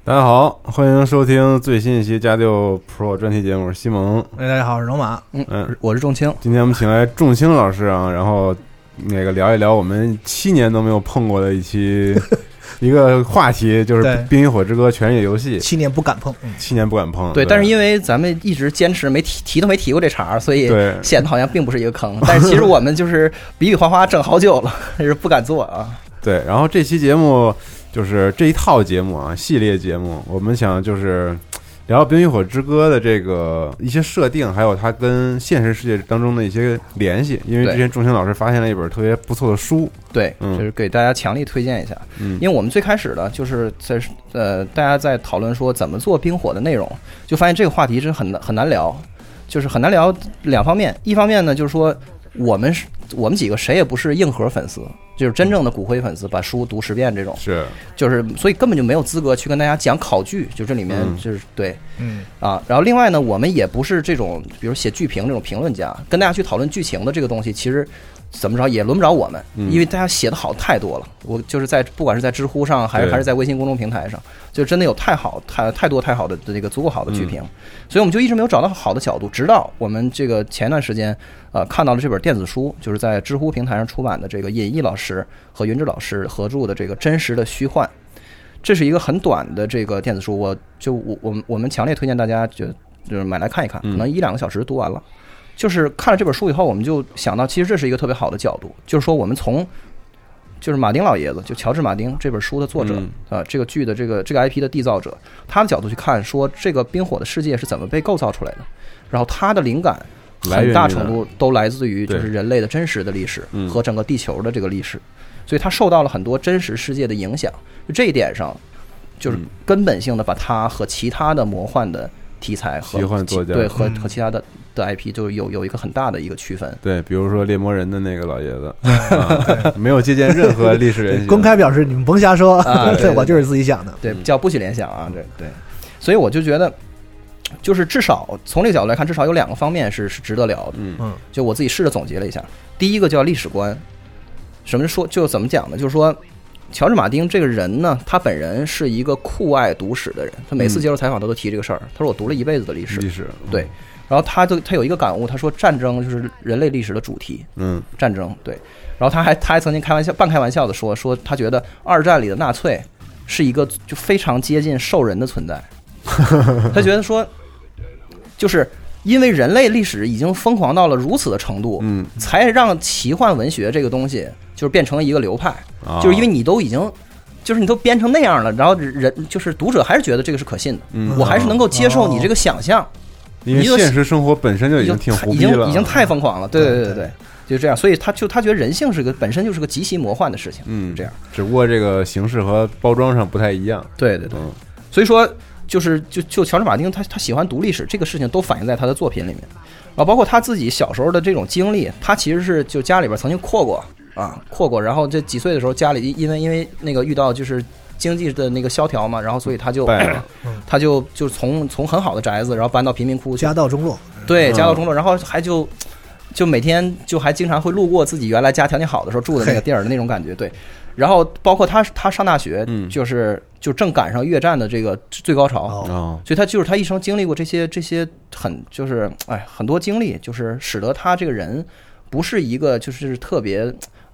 大家好，欢迎收听最新一期加六 Pro 专题节目，西蒙。 大家好，我是龙马。 我是仲青。 今天我们请来仲青老师啊，然后聊一聊我们7年都没有碰过的一个话题，就是《冰与火之歌》权力游戏。 7年不敢碰 ，7年不敢碰。 对，但是因为咱们一直坚持没提过这茬，所以显得好像并不是一个坑。但是其实我们就是比比划划整好久了，是不敢做啊。 对，然后这期节目就是这一套节目啊，系列节目，我们想就是聊《冰与火之歌》的这个一些设定，还有它跟现实世界当中的一些联系。因为之前仲青老师发现了一本特别不错的书， 对，就是给大家强力推荐一下。因为我们最开始的就是在大家在讨论说怎么做冰火的内容，就发现这个话题真很难聊，就是很难聊两方面。一方面呢，就是说我们几个谁也不是硬核粉丝，就是真正的骨灰粉丝，把书读10遍这种，就是所以根本就没有资格去跟大家讲考据，就这里面就是对，然后另外呢，我们也不是这种比如写剧评这种评论家，跟大家去讨论剧情的这个东西，其实怎么着也轮不着我们，因为大家写的好太多了。我就是不管是在知乎上，还是在微信公众平台上，就真的有太多太好的这个足够好的剧评，所以我们就一直没有找到好的角度，直到我们这个前一段时间看到了这本电子书，就是在知乎平台上出版的这个尹毅老师和云志老师合著的这个《真实的虚幻》，这是一个很短的这个电子书，我们强烈推荐大家就是买来看一看，可能1-2个小时读完了。就是看了这本书以后，我们就想到，其实这是一个特别好的角度，就是说我们从就是马丁老爷子，就乔治马丁这本书的作者这个剧的这个 IP 的缔造者，他的角度去看，说这个冰火的世界是怎么被构造出来的，然后他的灵感很大程度都来自于就是人类的真实的历史和整个地球的这个历史，所以他受到了很多真实世界的影响。就这一点上，就是根本性的把它和其他的魔幻的题材和奇幻作家和其他的 IP 就有一个很大的一个区分。 对，比如说猎魔人的那个老爷子没有借鉴任何历史人形， 公开表示你们甭瞎说对，我就是自己想的。 对，叫不许联想啊，对。所以我就觉得，就是至少从这个角度来看，至少有2个方面是值得聊的。就我自己试着总结了一下，第一个叫历史观，什么说就怎么讲呢？就是说，乔治马丁这个人呢，他本人是一个酷爱读史的人，他每次接受采访他都提这个事儿。他说我读了一辈子的历史，对。然后他有一个感悟，他说战争就是人类历史的主题，战争对。然后他还曾经半开玩笑的说他觉得2战里的纳粹是一个就非常接近兽人的存在，他觉得说就是因为人类历史已经疯狂到了如此的程度，才让奇幻文学这个东西就是变成了一个流派，就是因为你都已经。就是你都编成那样了，然后人就是读者还是觉得这个是可信的，我还是能够接受你这个想象， 因为现实生活本身就已经挺胡逼了， 已经太疯狂了，对，就这样，所以他觉得人性本身就是个极其魔幻的事情，这样， 只不过这个形式和包装上不太一样， 对，所以说就乔治马丁他喜欢读历史这个事情都反映在他的作品里面，然后包括他自己小时候的这种经历，他其实是就家里边曾经扩过，然后这几岁的时候家里因为那个遇到就是经济的那个萧条嘛，然后所以他就从很好的宅子，然后搬到贫民窟去， 家道中落， 对，家道中落，然后还就每天就还经常会路过自己原来家条件好的时候住的那个地儿的那种感觉，对。然后包括他上大学，就正赶上越战的这个最高潮，所以他一生经历过这些很就是很多经历，就是使得他这个人不是一个就是特别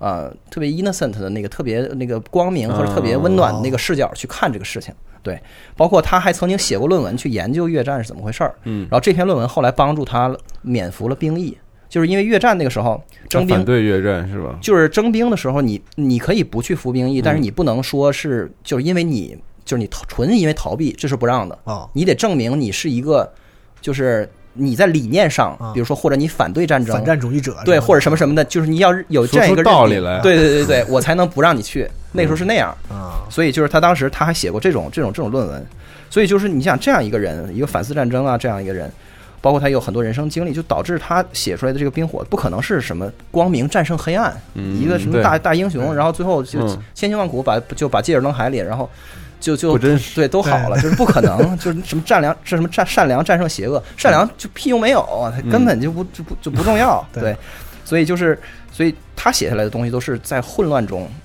innocent 的那个特别那个光明或者特别温暖的那个视角去看这个事情，对。包括他还曾经写过论文去研究越战是怎么回事儿，然后这篇论文后来帮助他免服了兵役。就是因为越战那个时候征兵， 反对越战是吧？ 就是征兵的时候，你可以不去服兵役，但是你不能说是就是因为你纯因为逃避，这是不让的。你得证明你是一个就是你在理念上，比如说或者你反对战争、 反战主义者， 对，或者什么的，就是你要有这样一个道理来， 对，我才能不让你去。那个时候是那样所以就是他当时他还写过这种论文，所以就是你想这样一个人，一个反思战争啊这样一个人。包括他有很多人生经历，就导致他写出来的这个冰火不可能是什么光明战胜黑暗，一个什么大英雄，然后最后就千辛万苦把戒指扔海里，然后就不真实， 对，都好了，就是不可能，就是什么善良战胜邪恶，善良就屁用没有，根本就不重要，对，所以他写下来的东西都是在混乱中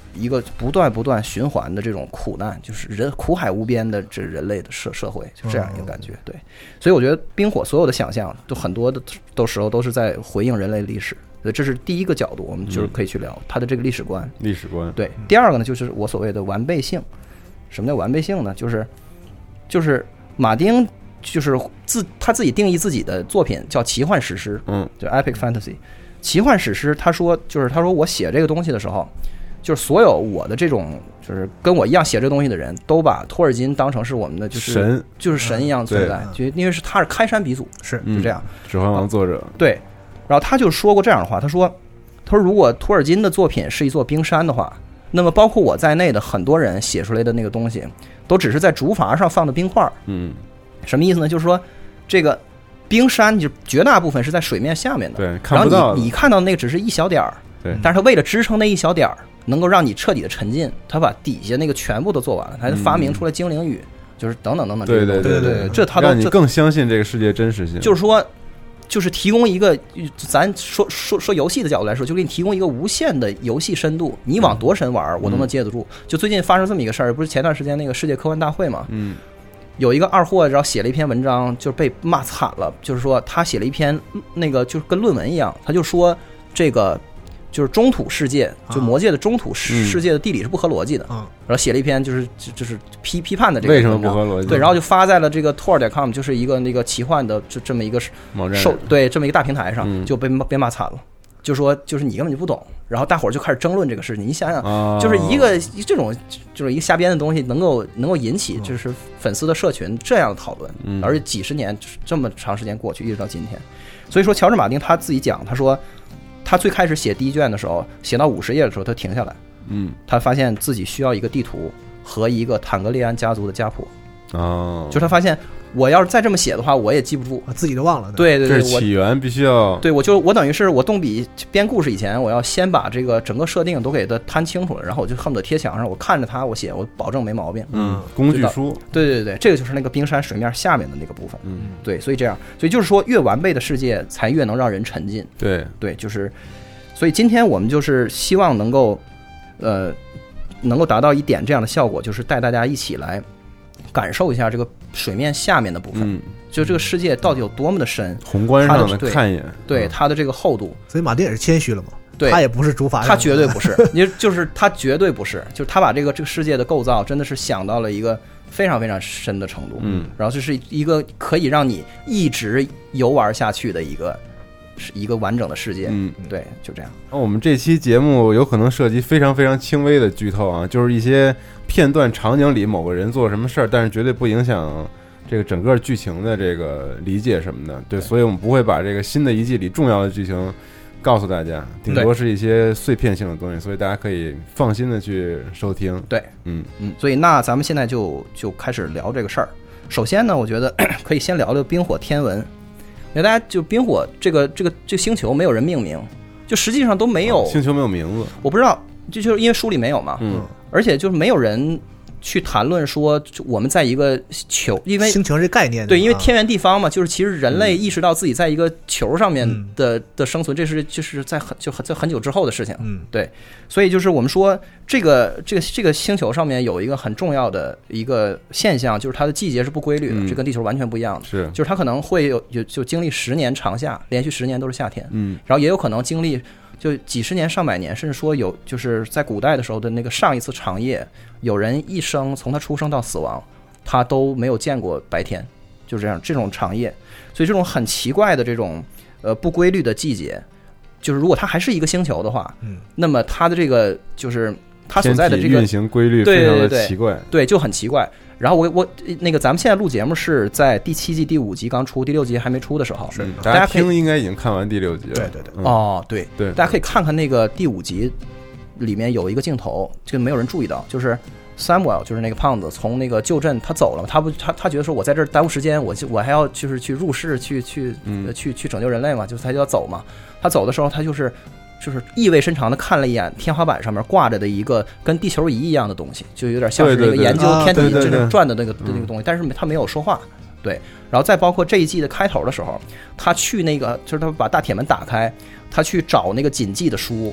一个不断循环的这种苦难，就是苦海无边的这人类的社会，就这样一个感觉。对，所以我觉得冰火所有的想象都很多的时候都是在回应人类历史。这是第一个角度，我们就是可以去聊它的这个历史观。对，第二个呢，就是我所谓的完备性。什么叫完备性呢？就是马丁就是他自己定义自己的作品叫奇幻史诗，就 epic fantasy。奇幻史诗，他说我写这个东西的时候，就是所有我的这种就是跟我一样写这个东西的人都把托尔金当成是我们的就是神一样存在，就因为他是开山鼻祖，就这样。 指环王作者对。然后他就说过这样的话，他说如果托尔金的作品是一座冰山的话，那么包括我在内的很多人写出来的那个东西都只是在竹筏上放的冰块。什么意思呢？就是说这个冰山就绝大部分是在水面下面的， 对，看不到。 然后你看到那个只是一小点儿， 对， 但是他为了支撑那一小点儿能够让你彻底的沉浸，他把底下那个全部都做完了，他发明出了精灵语，就是等等， 对， 这他都让你更相信这个世界真实性。 就是说就是提供一个，咱说游戏的角度来说，就给你提供一个无限的游戏深度，你往多深玩我都能接得住。就最近发生这么一个事儿，不是前段时间那个世界科幻大会嘛，有一个二货，然后写了一篇文章，就被骂惨了。就是说他写了一篇那个就是跟论文一样，他就说这个就是中土世界，就魔界的中土世界的地理是不合逻辑的，然后写了一篇就是批判的这个为什么不合逻辑？ 对，然后就发在了这个 tor.com， 就是一个那个奇幻的这么一个对这么一个大平台上，就被骂惨了。就说就是你根本就不懂，然后大伙儿就开始争论这个事情。你想想，就是一个这种就是一个瞎编的东西，能够引起就是粉丝的社群这样的讨论，而且几十年这么长时间过去，一直到今天。所以说，乔治·马丁他自己讲，他说他最开始写第一卷的时候，写到50页的时候，他停下来，他发现自己需要一个地图和一个坦格利安家族的家谱。就是他发现我要是再这么写的话，我也记不住， 自己都忘了。 对， 这起源必须要对，我等于是我动笔编故事以前，我要先把这个整个设定都给它摊清楚了，然后我就恨不得贴墙上，我看着它我写，我保证没毛病。 工具书。 对，这个就是那个冰山水面下面的那个部分。对，所以就是说，越完备的世界才越能让人沉浸。对，就是，所以今天我们就是希望能够达到一点这样的效果，就是带大家一起来感受一下这个水面下面的部分，就这个世界到底有多么的深， 宏观上的看一眼， 对它的这个厚度。 所以马丁也是谦虚了嘛， 对， 他也不是竹筏， 他绝对不是，就是他绝对不是，就是他把这个世界的构造真的是想到了一个非常非常深的程度，然后这是一个可以让你一直游玩下去的一个完整的世界。对，就这样。 我们这期节目有可能涉及非常非常轻微的剧透啊，就是一些片段场景里某个人做什么事儿，但是绝对不影响这个整个剧情的这个理解什么的。对，所以我们不会把这个新的一季里重要的剧情告诉大家，顶多是一些碎片性的东西，所以大家可以放心的去收听。 对，所以那咱们现在就开始聊这个事儿。首先呢，我觉得可以先聊聊冰火天文。因为大家就冰火这个星球没有人命名，就实际上都没有星球没有名字， 我不知道，就是因为书里没有嘛，而且就是没有人去谈论说我们在一个球，因为星球这概念， 对，因为天圆地方嘛，就是其实人类意识到自己在一个球上面的生存，这是就是在很久之后的事情，对，所以就是我们说这个星球上面有一个很重要的一个现象，就是它的季节是不规律的，这跟地球完全不一样的， 是， 就是它可能会就经历10年长夏，连续10年都是夏天，然后也有可能经历就几十年上百年，甚至说有就是在古代的时候的那个上一次长夜，有人一生从他出生到死亡他都没有见过白天，就这样这种长夜。所以这种很奇怪的这种不规律的季节，就是如果它还是一个星球的话，那么它的这个就是它所在的这个运行规律非常的奇怪， 对，就很奇怪。然后我那个咱们现在录节目是在第7季第5集刚出，第6集还没出的时候， 是大家听应该已经看完第6集了。 对，对，大家可以看看那个第5集里面有一个镜头，这个没有人注意到，就是 Samuel 就是那个胖子从那个旧镇他走了，他觉得说我在这儿耽误时间，我还要就是去入世去拯救人类嘛，就是他就要走嘛。他走的时候他就是意味深长的看了一眼天花板上面挂着的一个跟地球仪一样的东西，就有点像是那个研究天体这种转的那个东西，但是他没有说话。对，然后再包括这一季的开头的时候，他去那个就是他把大铁门打开，他去找那个谨记的书，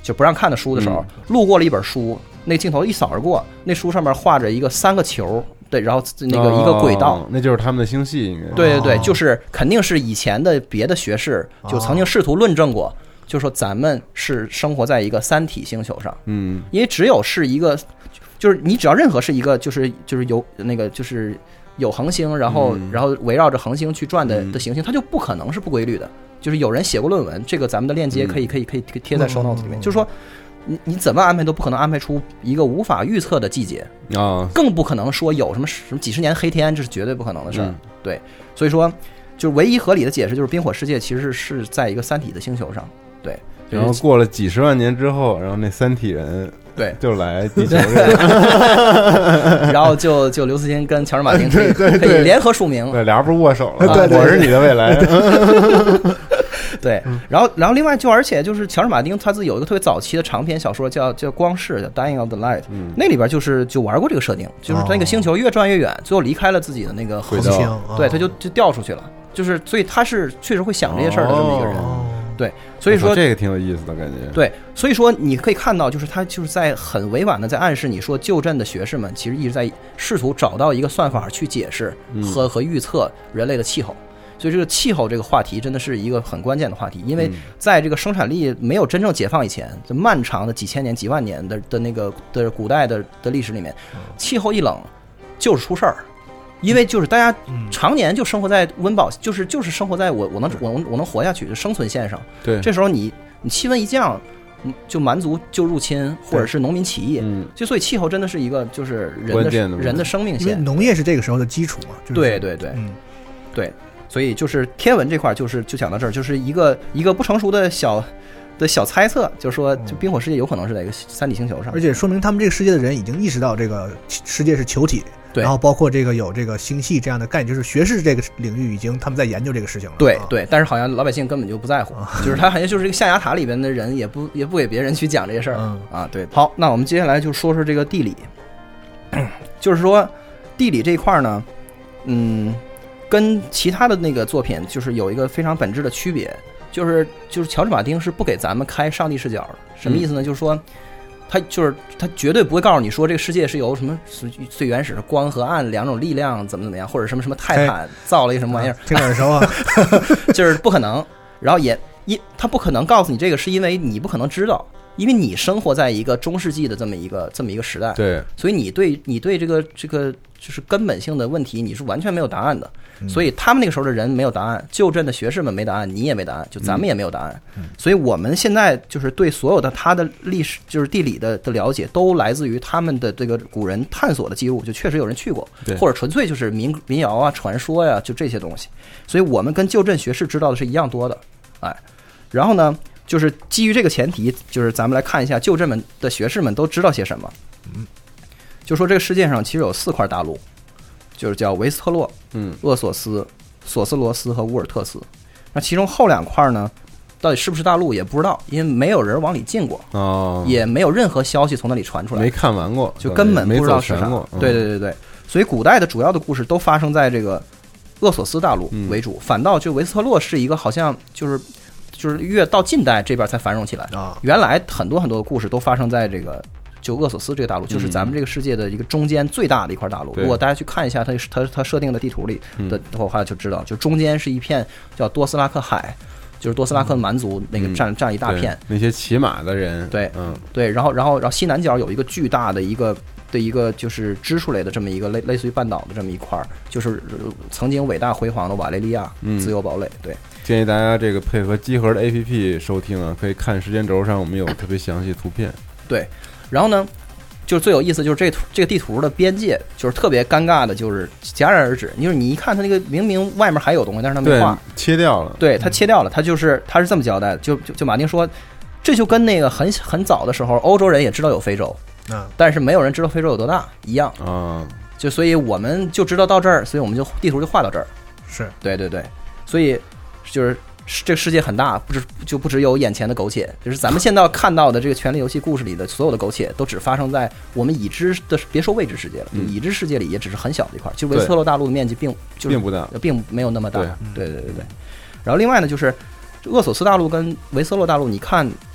就不让看的书的时候，路过了一本书，那镜头一扫而过，那书上面画着3个球，对，然后那个一个轨道， 那就是他们的星系，应该对对对，就是肯定是以前的别的学士就曾经试图论证过，就说咱们是生活在一个三体星球上，因为只有是一个，就是你只要任何是一个就是有那个就是有恒星，然后围绕着恒星去转的行星，它就不可能是不规律的。就是有人写过论文，这个咱们的链接可以贴在 show notes 里面，就是说你怎么安排都不可能安排出一个无法预测的季节啊，更不可能说有什么几十年黑天，这是绝对不可能的事儿。对，所以说就是唯一合理的解释就是冰火世界其实是在一个三体的星球上，对。 然后过了几十万年之后，然后那三体人对就来地球这然后就刘慈欣跟乔治马丁可以联合署名， 对，俩人不是握手了， 对， 我是你的未来。 对，然后另外而且就是乔治马丁他自己有一个特别早期的长篇小说叫光逝，叫 Dying of the Light，那里边就玩过这个设定，就是他那个星球越转越远，最后离开了自己的那个恒星，对，他就掉出去了，就是所以他是确实会想这些事儿的这么一个人。对，所以说这个挺有意思的感觉。 对，所以说你可以看到，就是他就是在很委婉的在暗示你说，旧镇的学士们其实一直在试图找到一个算法去解释和预测人类的气候。所以这个气候这个话题真的是一个很关键的话题，因为在这个生产力没有真正解放以前，这漫长的几千年、几万年的那个的古代的历史里面，气候一冷就是出事儿。因为就是大家常年就生活在温饱，就是生活在我能活下去的生存线上。 对， 这时候你气温一降，就蛮族就入侵，或者是农民起义。就所以气候真的是一个就是人的生命线。 因为农业是这个时候的基础嘛。 对对对，对，所以就是天文这块就讲到这儿，就是一个不成熟的小猜测，就是说就冰火世界有可能是在一个三体星球上， 而且说明他们这个世界的人已经意识到这个世界是球体。然后包括这个有这个星系这样的概念，就是学士这个领域已经他们在研究这个事情了。 对对，但是好像老百姓根本就不在乎，就是他好像就是这个象牙塔里边的人也不给别人去讲这些事儿啊。对，好，那我们接下来就说说这个地理，就是说地理这一块呢，跟其他的那个作品就是有一个非常本质的区别，就是乔治马丁是不给咱们开上帝视角的，什么意思呢？就是说。他绝对不会告诉你说这个世界是由什么最原始的光和暗两种力量怎么样，或者什么泰坦造了一个什么玩意儿， 听耳熟啊， 就是不可能。然后他不可能告诉你这个，是因为你不可能知道，因为你生活在一个中世纪的这么一个时代， 对， 所以你对这个就是根本性的问题你是完全没有答案的。所以他们那个时候的人没有答案，旧镇的学士们没答案，你也没答案，就咱们也没有答案。所以我们现在就是对所有的他的历史，就是地理的了解，都来自于他们的这个古人探索的记录，就确实有人去过，或者纯粹就是民谣啊、传说呀，就这些东西。所以我们跟旧镇学士知道的是一样多的，哎，然后呢，就是基于这个前提，就是咱们来看一下旧镇们的学士们都知道些什么。就说这个世界上其实有4块大陆。就是叫维斯特洛、厄索斯、索斯罗斯和乌尔特斯。那其中后2块呢，到底是不是大陆也不知道，因为没有人往里进过，也没有任何消息从那里传出来， 没看完过， 就根本不知道是啥。对对对对，所以古代的主要的故事都发生在这个厄索斯大陆为主，反倒就维斯特洛是一个好像就是越到近代这边才繁荣起来。原来很多很多的故事都发生在这个。就厄索斯这个大陆，就是咱们这个世界的一个中间最大的一块大陆。如果大家去看一下它设定的地图里的话，就知道，就中间是一片叫多斯拉克海，就是多斯拉克蛮族那个占一大片， 那些骑马的人。 对，对，然后西南角有一个巨大的一个就是支出来的这么一个类似于半岛的这么一块，就是曾经伟大辉煌的瓦雷利亚自由堡垒。对， 建议大家这个配合集合的 APP 收听啊，可以看时间轴上我们有特别详细图片。 对。然后呢，就是最有意思就是这个地图的边界就是特别尴尬的，就是戛然而止。就是你一看它那个明明外面还有东西，但是它没画， 切掉了。 对，它切掉了。它是这么交代的，就马丁说，这就跟那个很早的时候，欧洲人也知道有非洲，但是没有人知道非洲有多大一样啊。就所以我们就知道到这儿，所以我们就地图就画到这儿。 是对对对，所以就是。这个世界很大，不只有眼前的苟且，就是咱们现在看到的这个《权力游戏》故事里的所有的苟且，都只发生在我们已知的，别说未知世界了，已知世界里也只是很小的一块。就维斯特洛大陆的面积并不大，并没有那么大。对。然后另外呢，就是厄索斯大陆跟维斯特洛大陆，你看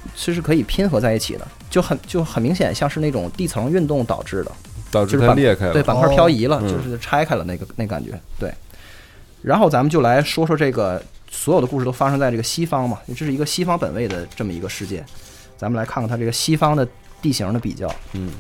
其实可以拼合在一起的，就很明显像是那种地层运动导致的， 导致它裂开了， 对，板块漂移了，就是拆开了那感觉，对。然后咱们就来说说这个所有的故事都发生在这个西方嘛，这是一个西方本位的这么一个世界，咱们来看看它这个西方的地形的比较。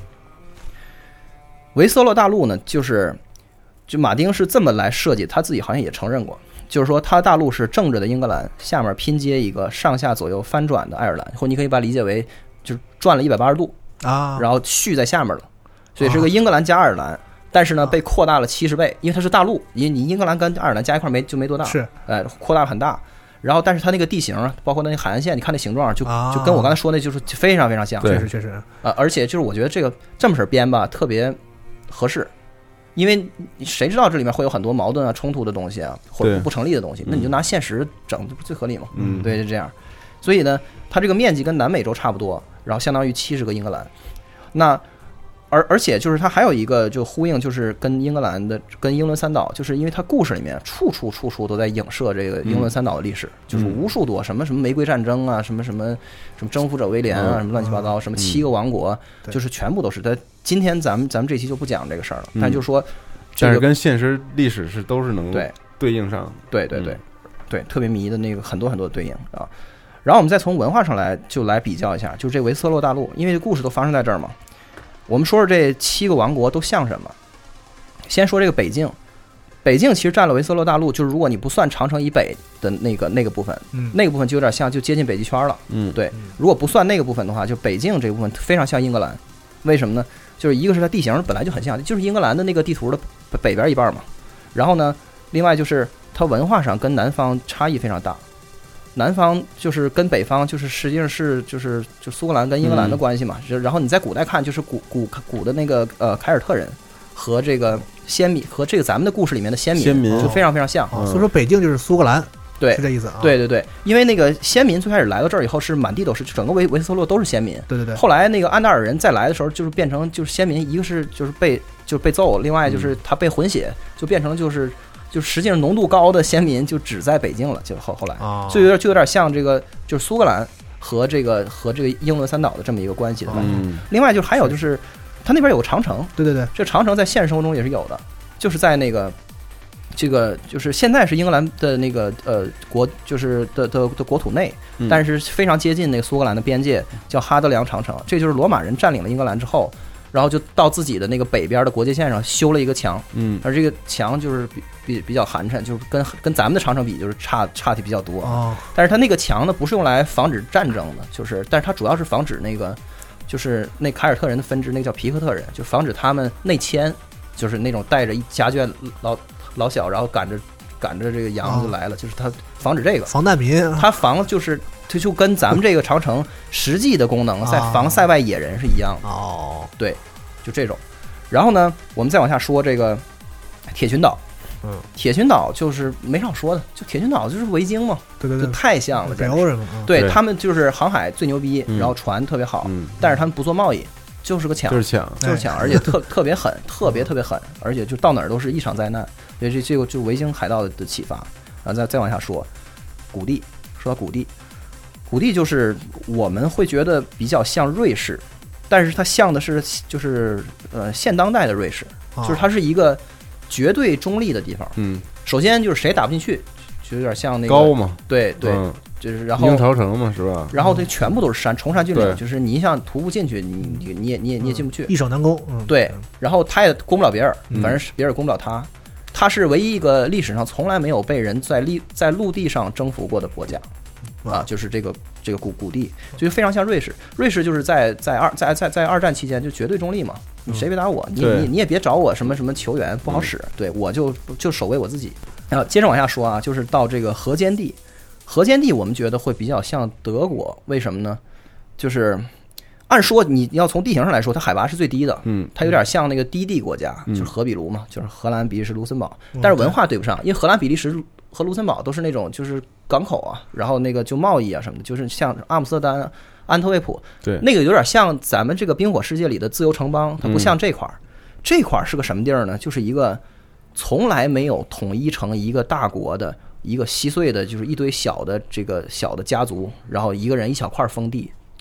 维斯特洛大陆呢，就马丁是这么来设计，他自己好像也承认过，就是说他大陆是正着的英格兰，下面拼接一个上下左右翻转的爱尔兰，或你可以把它理解为就是转了180度啊，然后续在下面了，所以是个英格兰加爱尔兰，但是呢被扩大了70倍，因为它是大陆，因为你英格兰跟爱尔兰加一块没多大， 是扩大很大。然后但是它那个地形包括那海岸线，你看那形状就跟我刚才说那就是非常非常像， 确实而且就是我觉得这么式编吧特别合适，因为谁知道这里面会有很多矛盾啊冲突的东西啊，或者不成立的东西，那你就拿现实整不最合理吗？对，就这样。所以呢它这个面积跟南美洲差不多，然后相当于70个英格兰。那而且就是它还有一个就呼应，就是跟英格兰的跟英伦三岛，就是因为它故事里面处处都在影射这个英伦三岛的历史，就是无数多什么玫瑰战争啊，什么征服者威廉啊，什么乱七八糟，什么7个王国，就是全部都是。但今天咱们这期就不讲这个事儿了，但就是说， 但是跟现实历史都是能对应上， 对，特别迷的那个很多的对应啊。然后我们再从文化上来比较一下，就是这维斯特洛大陆，因为故事都发生在这儿嘛。我们说说这7个王国都像什么。先说这个北境其实占了维斯特洛大陆，就是如果你不算长城以北的那个部分，那个部分就有点像，就接近北极圈了。对，如果不算那个部分的话，就北境这部分非常像英格兰。为什么呢？就是一个是它地形本来就很像，就是英格兰的那个地图的北边一半嘛。然后呢，另外就是它文化上跟南方差异非常大。南方就是跟北方就是实际上是就苏格兰跟英格兰的关系嘛，然后你在古代看就是古的那个凯尔特人和这个先民和这个咱们的故事里面的先民就非常非常像， 所以说北境就是苏格兰， 对， 是这意思啊。 对，因为那个先民最开始来到这儿以后是满地都是，整个维斯特洛都是先民， 对。 后来那个安达尔人再来的时候就是变成就是先民，一个是就是被揍，另外就是他被混血，就变成就实际上浓度高的先民就只在北境了，就后来，就有点像这个就是苏格兰和这个英伦三岛的这么一个关系的感觉。另外就还有就是它那边有个长城，对，这个长城在现实生活中也是有的，就是在那个这个就是现在是英格兰的那个国就是的国土内，但是非常接近那个苏格兰的边界，叫哈德良长城。这就是罗马人占领了英格兰之后，然后就到自己的那个北边的国界线上修了一个墙，而这个墙就是比较寒碜，就是跟咱们的长城比就是差的比较多。但是它那个墙呢不是用来防止战争的，但是它主要是防止那个就是那凯尔特人的分支，那个叫皮克特人，就防止他们内迁，就是那种带着一家眷老小，然后赶着这个羊就来了，就是他防止这个防难民， 他防就是它就跟咱们这个长城实际的功能在防塞外野人是一样的。对，就这种。然后呢，我们再往下说这个铁群岛。铁群岛就是没少说的，就铁群岛就是维京嘛，对，就太像了。 北欧人嘛， 对他们就是航海最牛逼，然后船特别好，但是他们不做贸易，就是个抢，而且特别狠，特别狠，而且就到哪儿都是一场灾难。所以这个就是维京海盗的启发。然后再往下说，谷地。说到谷地就是我们会觉得比较像瑞士，但是它像的是就是现当代的瑞士，就是它是一个绝对中立的地方。首先就是谁打不进去，就有点像那个高嘛， 对，就是然后鹰巢城嘛，是吧？ 然后它全部都是山，崇山峻岭，就是你想徒步进去，你也进不去， 易守难攻。 对，然后他也攻不了别人，反正别人攻不了他。他是唯一一个历史上从来没有被人在陆地上征服过的国家啊，就是这个谷地，就非常像瑞士。瑞士就是在二战期间就绝对中立嘛，你谁别打我，你也别找我什么球员不好使，对我就守卫我自己。然后接着往下说啊，就是到这个河间地，我们觉得会比较像德国，为什么呢？就是按说你要从地形上来说，它海拔是最低的，它有点像那个低地国家，就是荷比卢嘛，就是荷兰、比利时、卢森堡，但是文化对不上，因为荷兰、比利时和卢森堡都是那种就是港口啊，然后那个就贸易啊什么的，就是像阿姆斯特丹、安特卫普，对，那个有点像咱们这个冰火世界里的自由城邦，它不像这块儿。这块儿是个什么地儿呢？就是一个从来没有统一成一个大国的一个稀碎的，就是一堆小的家族，然后一个人一小块封地。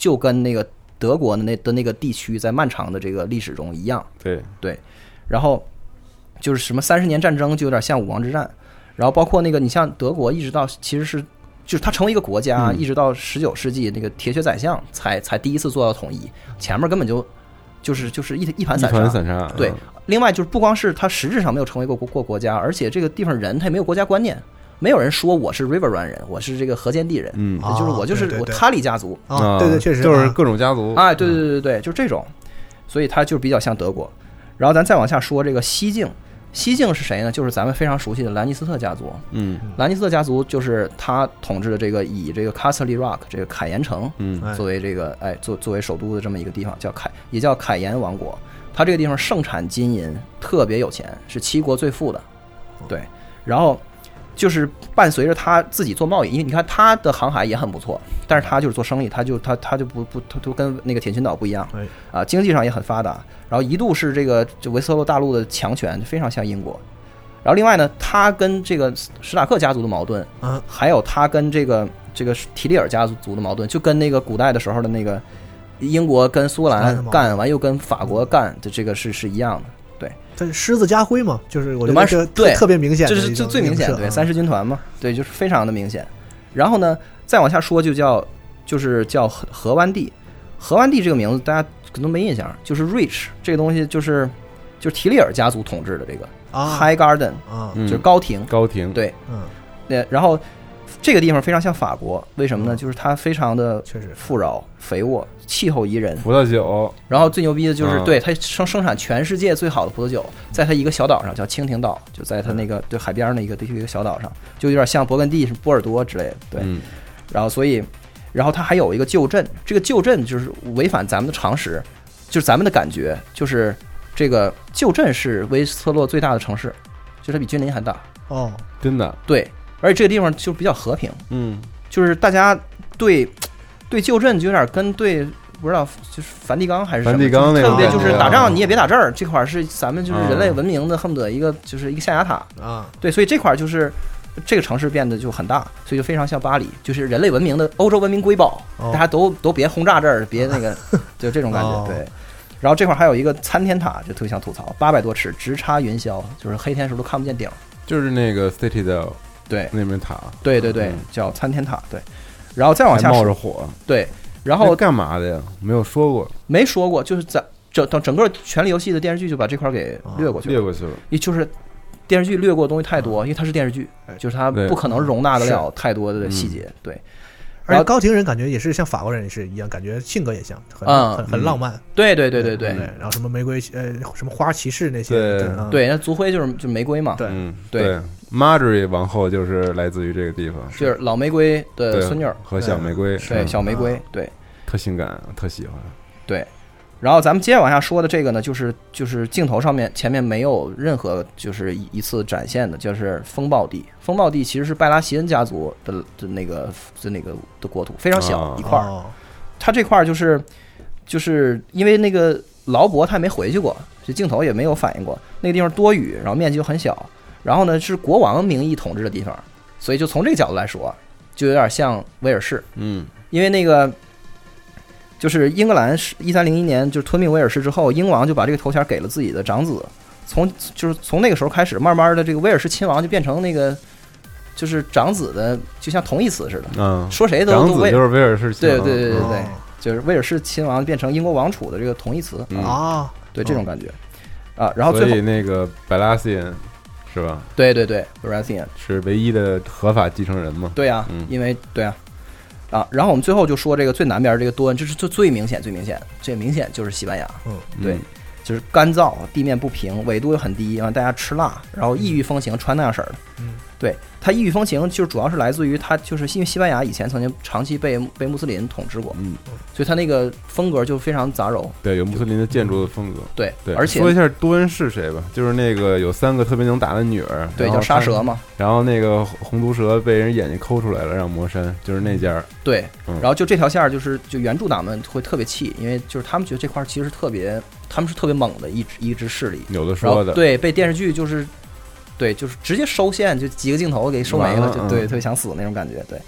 就跟那个德国的那个地区在漫长的这个历史中一样。对，然后就是什么30年战争就有点像武王之战，然后包括那个你像德国一直到其实是就是它成为一个国家，一直到19世纪那个铁血宰相才第一次做到统一，前面根本就是一盘散沙。对，另外就是不光是它实质上没有成为过国家，而且这个地方人他也没有国家观念。没有人说我是 Riverrun 人，我是这个河间地人，就是我就是我塔里家族啊，对，确实就是各种家族啊，对，就是这种，所以它就比较像德国。然后咱再往下说这个西境是谁呢？就是咱们非常熟悉的兰尼斯特家族。兰尼斯特家族就是他统治的这个以这个 Castle Rock 这个凯岩城，作为这个作为首都的这么一个地方，也叫凯岩王国。他这个地方盛产金银，特别有钱，是7国最富的。对，然后。就是伴随着他自己做贸易，因为你看他的航海也很不错，但是他就是做生意，他就不跟那个铁群岛不一样啊，经济上也很发达，然后一度是这个维斯特洛大陆的强权，非常像英国。然后另外呢，他跟这个史塔克家族的矛盾，还有他跟这个提利尔家族的矛盾，就跟那个古代的时候的那个英国跟苏格兰干完又跟法国干的这个是一样的。对， 这狮子家徽嘛，就是我觉得这特别明显， 这是最明显，对，30军团嘛，对，就是非常的明显。然后呢，再往下说就是叫河湾地，河湾地这个名字大家可能没印象，就是 Rich 这个东西就是提利尔家族统治的这个 High Garden 就是高庭，对，然后这个地方非常像法国，为什么呢？就是它非常的富饶、肥沃，气候宜人， 葡萄酒。 然后最牛逼的就是，对它生产全世界最好的葡萄酒，在它一个小岛上叫蜻蜓岛，就在它那个对海边的一个小岛上，就有点像勃艮第、是波尔多之类的。对，然后它还有一个旧镇，这个旧镇就是违反咱们的常识，就是咱们的感觉，就是这个旧镇是威斯特洛最大的城市，就是它比君临还大。 哦， 真的？ 对。而且这个地方就比较和平，就是大家对旧镇就有点跟对不知道就是梵蒂冈还是什么， 梵蒂冈那个特别就是打仗你也别打这儿，这块是咱们就是人类文明的恨不得一个就是一个象牙塔啊， 对，所以这块就是这个城市变得就很大，所以就非常像巴黎，就是人类文明的欧洲文明瑰宝，大家都别轰炸这儿，别那个就这种感觉，对。然后这块还有一个参天塔，就特别想吐槽，800多尺，直插云霄，就是黑天时候都看不见顶， 就是那个 Citadel。 对， 那边塔， 对，叫参天塔，对，然后再往下冒着火， 对，然后干嘛的呀？没有说过， 没说过，就是在整个《权力游戏》的电视剧就把这块给略过去了，就是电视剧略过的东西太多，因为它是电视剧，就是它不可能容纳得了太多的细节，对。 而且高庭人感觉也是像法国人也是一样，感觉性格也像，很浪漫。 对。 然后什么玫瑰什么花骑士那些， 对，那族徽就是玫瑰嘛。对。 Marjorie 王后就是来自于这个地方， 就是老玫瑰的孙女和小玫瑰。 对，小玫瑰，对， 特性感，特喜欢。 对。然后咱们接着往下说的这个呢，就是镜头上面前面没有任何就是一次展现的，就是风暴地。风暴地其实是拜拉席恩家族的那个的国土，非常小一块儿。它这块儿就是因为那个劳勃他也没回去过，这镜头也没有反映过。那个地方多雨，然后面积就很小，然后呢是国王名义统治的地方，所以就从这个角度来说，就有点像威尔士。因为那个。就是英格兰1301年就是吞并威尔士之后，英王就把这个头衔给了自己的长子，从那个时候开始，慢慢的这个威尔士亲王就变成那个就是长子的，就像同义词似的，说谁都长子就是威尔士亲王， 对，就是威尔士亲王变成英国王储的这个同义词啊，对这种感觉啊，然后最后所以那个白拉西恩是吧？ 对 Baratheon 是唯一的合法继承人嘛？ 对啊，因为对啊。然后我们最后就说这个最南边这个多恩，这是最明显，这明显就是西班牙。对，就是干燥，地面不平，纬度又很低，让大家吃辣，然后异域风情，穿那样式的。对，它异域风情就主要是来自于它就是因为西班牙以前曾经长期被穆斯林统治过，所以它那个风格就非常杂糅。 对，有穆斯林的建筑的风格。 对， 而且说一下多恩是谁吧，就是那个有3个特别能打的女儿， 对，叫沙蛇嘛。 然后那个红毒蛇被人眼睛抠出来了，让魔山，就是那家。 对，然后就这条线就原著党们会特别气，因为就是他们觉得这块其实他们是特别猛的一支势力， 有的说的。 对，被电视剧就是直接收线，就几个镜头给收没了，就对，特别想死那种感觉。对，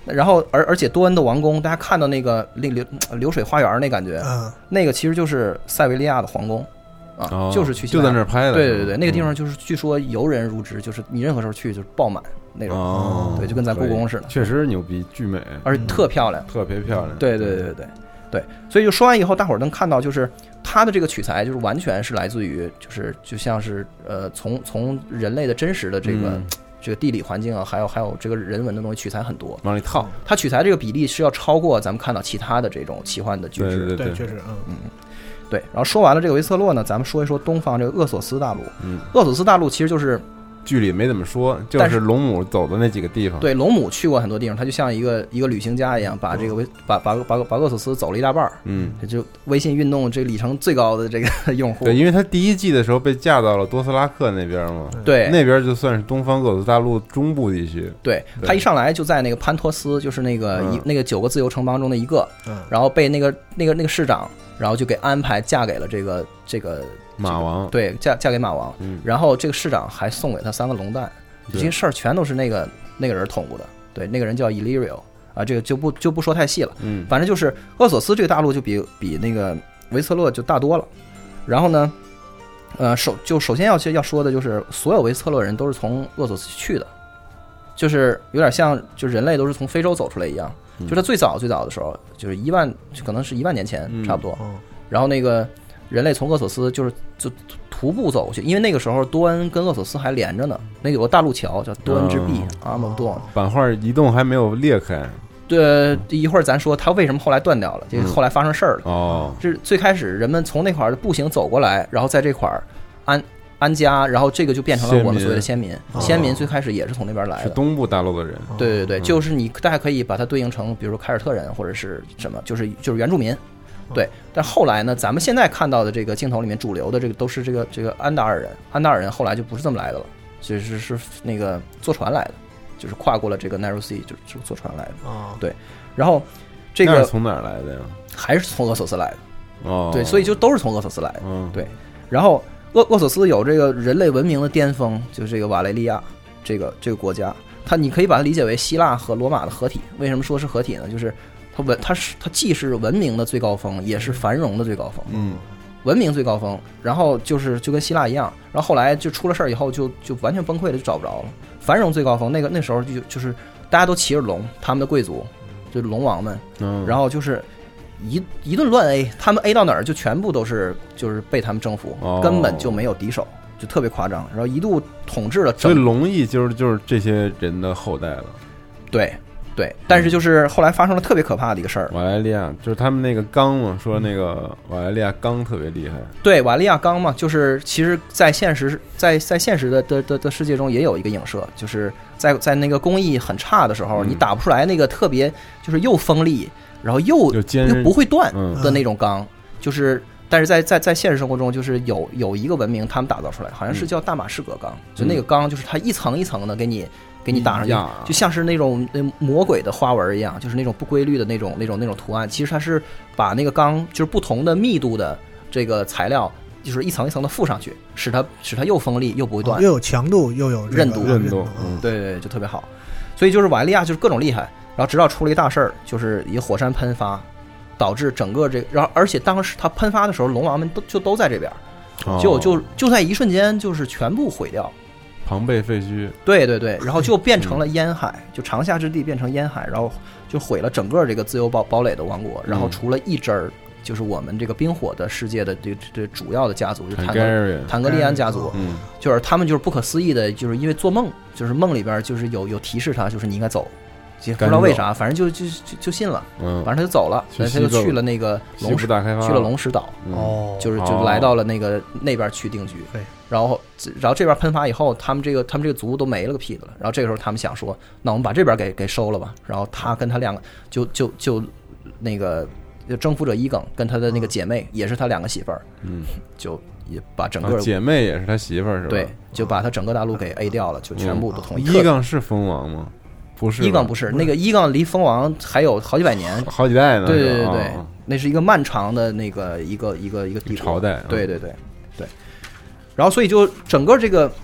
然后而且多恩的王宫，大家看到那个流水花园那感觉，那个其实就是塞维利亚的皇宫啊，就是去就在那儿拍的。 对对对，那个地方就是据说游人如织，就是你任何时候去就是爆满那种，对，就跟咱故宫似的。 确实牛逼，巨美， 而且特漂亮， 特别漂亮。 对对对对对，所以就说完以后，大伙儿能看到就是它的这个取材就是完全是来自于就像是从人类的真实的这个地理环境啊，还有这个人文的东西取材很多， 往里套。 它取材这个比例是要超过咱们看到其他的这种奇幻的剧制。 对，确实， 对。然后说完了这个维斯特洛呢，咱们说一说东方这个厄索斯大陆。厄索斯大陆其实就是剧里没怎么说，就是龙母走的那几个地方。 对，龙母去过很多地方，他就像一个旅行家一样，把这个把厄索斯走了一大半。就微信运动这里程最高的这个用户。 对，因为他第一季的时候被架到了多斯拉克那边嘛。 对， 那边就算是东方厄索斯大陆中部地区。 对，他一上来就在那个潘托斯，就是那个9个自由城邦中的一个，然后被那个市长，然后就给安排嫁给了这个马王。 对，嫁给马王。然后这个市长还送给他3个龙蛋，这些事儿全都是那个人捅咕的。对，那个人叫 Illyrio 啊，这个就不说太细了。反正就是厄索斯这个大陆就比那个维斯特洛就大多了。然后呢，首先要说的就是所有维斯特洛人都是从厄索斯去的，就是有点像就人类都是从非洲走出来一样。就他最早的时候，就是可能是1万年前差不多。然后那个人类从厄索斯就徒步走过去，因为那个时候多恩跟厄索斯还连着呢，那有个大陆桥叫多恩之壁，Arm of Dawn。 版画移动还没有裂开。 对，一会儿咱说他为什么后来断掉了，就后来发生事儿了。这最开始人们从那块儿步行走过来，然后在这块儿安家，然后这个就变成了我们所谓的先民。先民最开始也是从那边来的， 是东部大陆的人。 对对对，就是大家可以把它对应成，比如说凯尔特人或者是什么，就是原住民。对，但后来呢，咱们现在看到的这个镜头里面主流的这个都是这个安达尔人。安达尔人后来就不是这么来的了，是那个坐船来的，就是跨过了这个 Narrow Sea， 就是坐船来的。对，然后这个那是从哪儿来的呀？ 还是从厄索斯来的。对，所以就都是从厄索斯来的。对，然后厄索斯有这个人类文明的巅峰，就是这个瓦雷利亚这个国家，你可以把它理解为希腊和罗马的合体。为什么说是合体呢？就是它既是文明的最高峰，也是繁荣的最高峰。文明最高峰，然后就跟希腊一样，然后后来就出了事儿以后就完全崩溃了，就找不着了。繁荣最高峰那时候就是大家都骑着龙，他们的贵族就是龙王们，然后就是一顿乱 A， 他们 A 到哪儿就全部都是就是被他们征服，根本就没有敌手，就特别夸张。然后一度统治了， 所以龙裔就是这些人的后代了。 对，但是就是后来发生了特别可怕的一个事儿。 瓦莱利亚就是他们那个钢嘛，说那个瓦莱利亚钢特别厉害。 对，瓦莱利亚钢嘛，就是其实在现实的世界中也有一个影射，就是在那个工艺很差的时候，你打不出来那个特别就是又锋利，然后又不会断的那种钢，就是但是在现实生活中，就是有一个文明他们打造出来，好像是叫大马士革钢，就那个钢就是它一层一层的给你打上去，就像是那种魔鬼的花纹一样，就是那种不规律的那种图案。其实它是把那个钢就是不同的密度的这个材料，就是一层一层的附上去，使它又锋利又不会断， 又有强度又有韧度。对，就特别好。所以就是瓦莱利亚就是各种厉害，然后直到出了一大事儿，就是一个火山喷发，导致整个然后而且当时它喷发的时候，龙王们都在这边，就在一瞬间就是全部毁掉。 庞贝废墟， 对，然后就变成了烟海，就长夏之地变成烟海，然后就毁了整个这个自由堡垒的王国，然后除了一支儿，就是我们这个冰火的世界的这主要的家族，就是坦格利安家族，就是他们就是不可思议的，就是因为做梦，就是梦里边就是有提示他，就是你应该走。也不知道为啥，反正就信了，反正他就走了，他就去了那个去了龙石岛，就来到了那边去定居。然后这边喷发以后，他们这个族都没了个屁的了。然后这个时候他们想说，那我们把这边给收了吧。然后他跟他两个就那个征服者伊耿跟他的那个姐妹也是他2个媳妇儿，就也把整个姐妹也是他媳妇儿是吧？ 对，就把他整个大陆给 A 掉了，就全部都统一。 伊耿是蜂王吗？不是， 伊耿不是，那个伊耿离蜂王还有好几百年， 好几代呢。 对，那是一个漫长的那个一个帝国朝代。 对。然后所以就整个这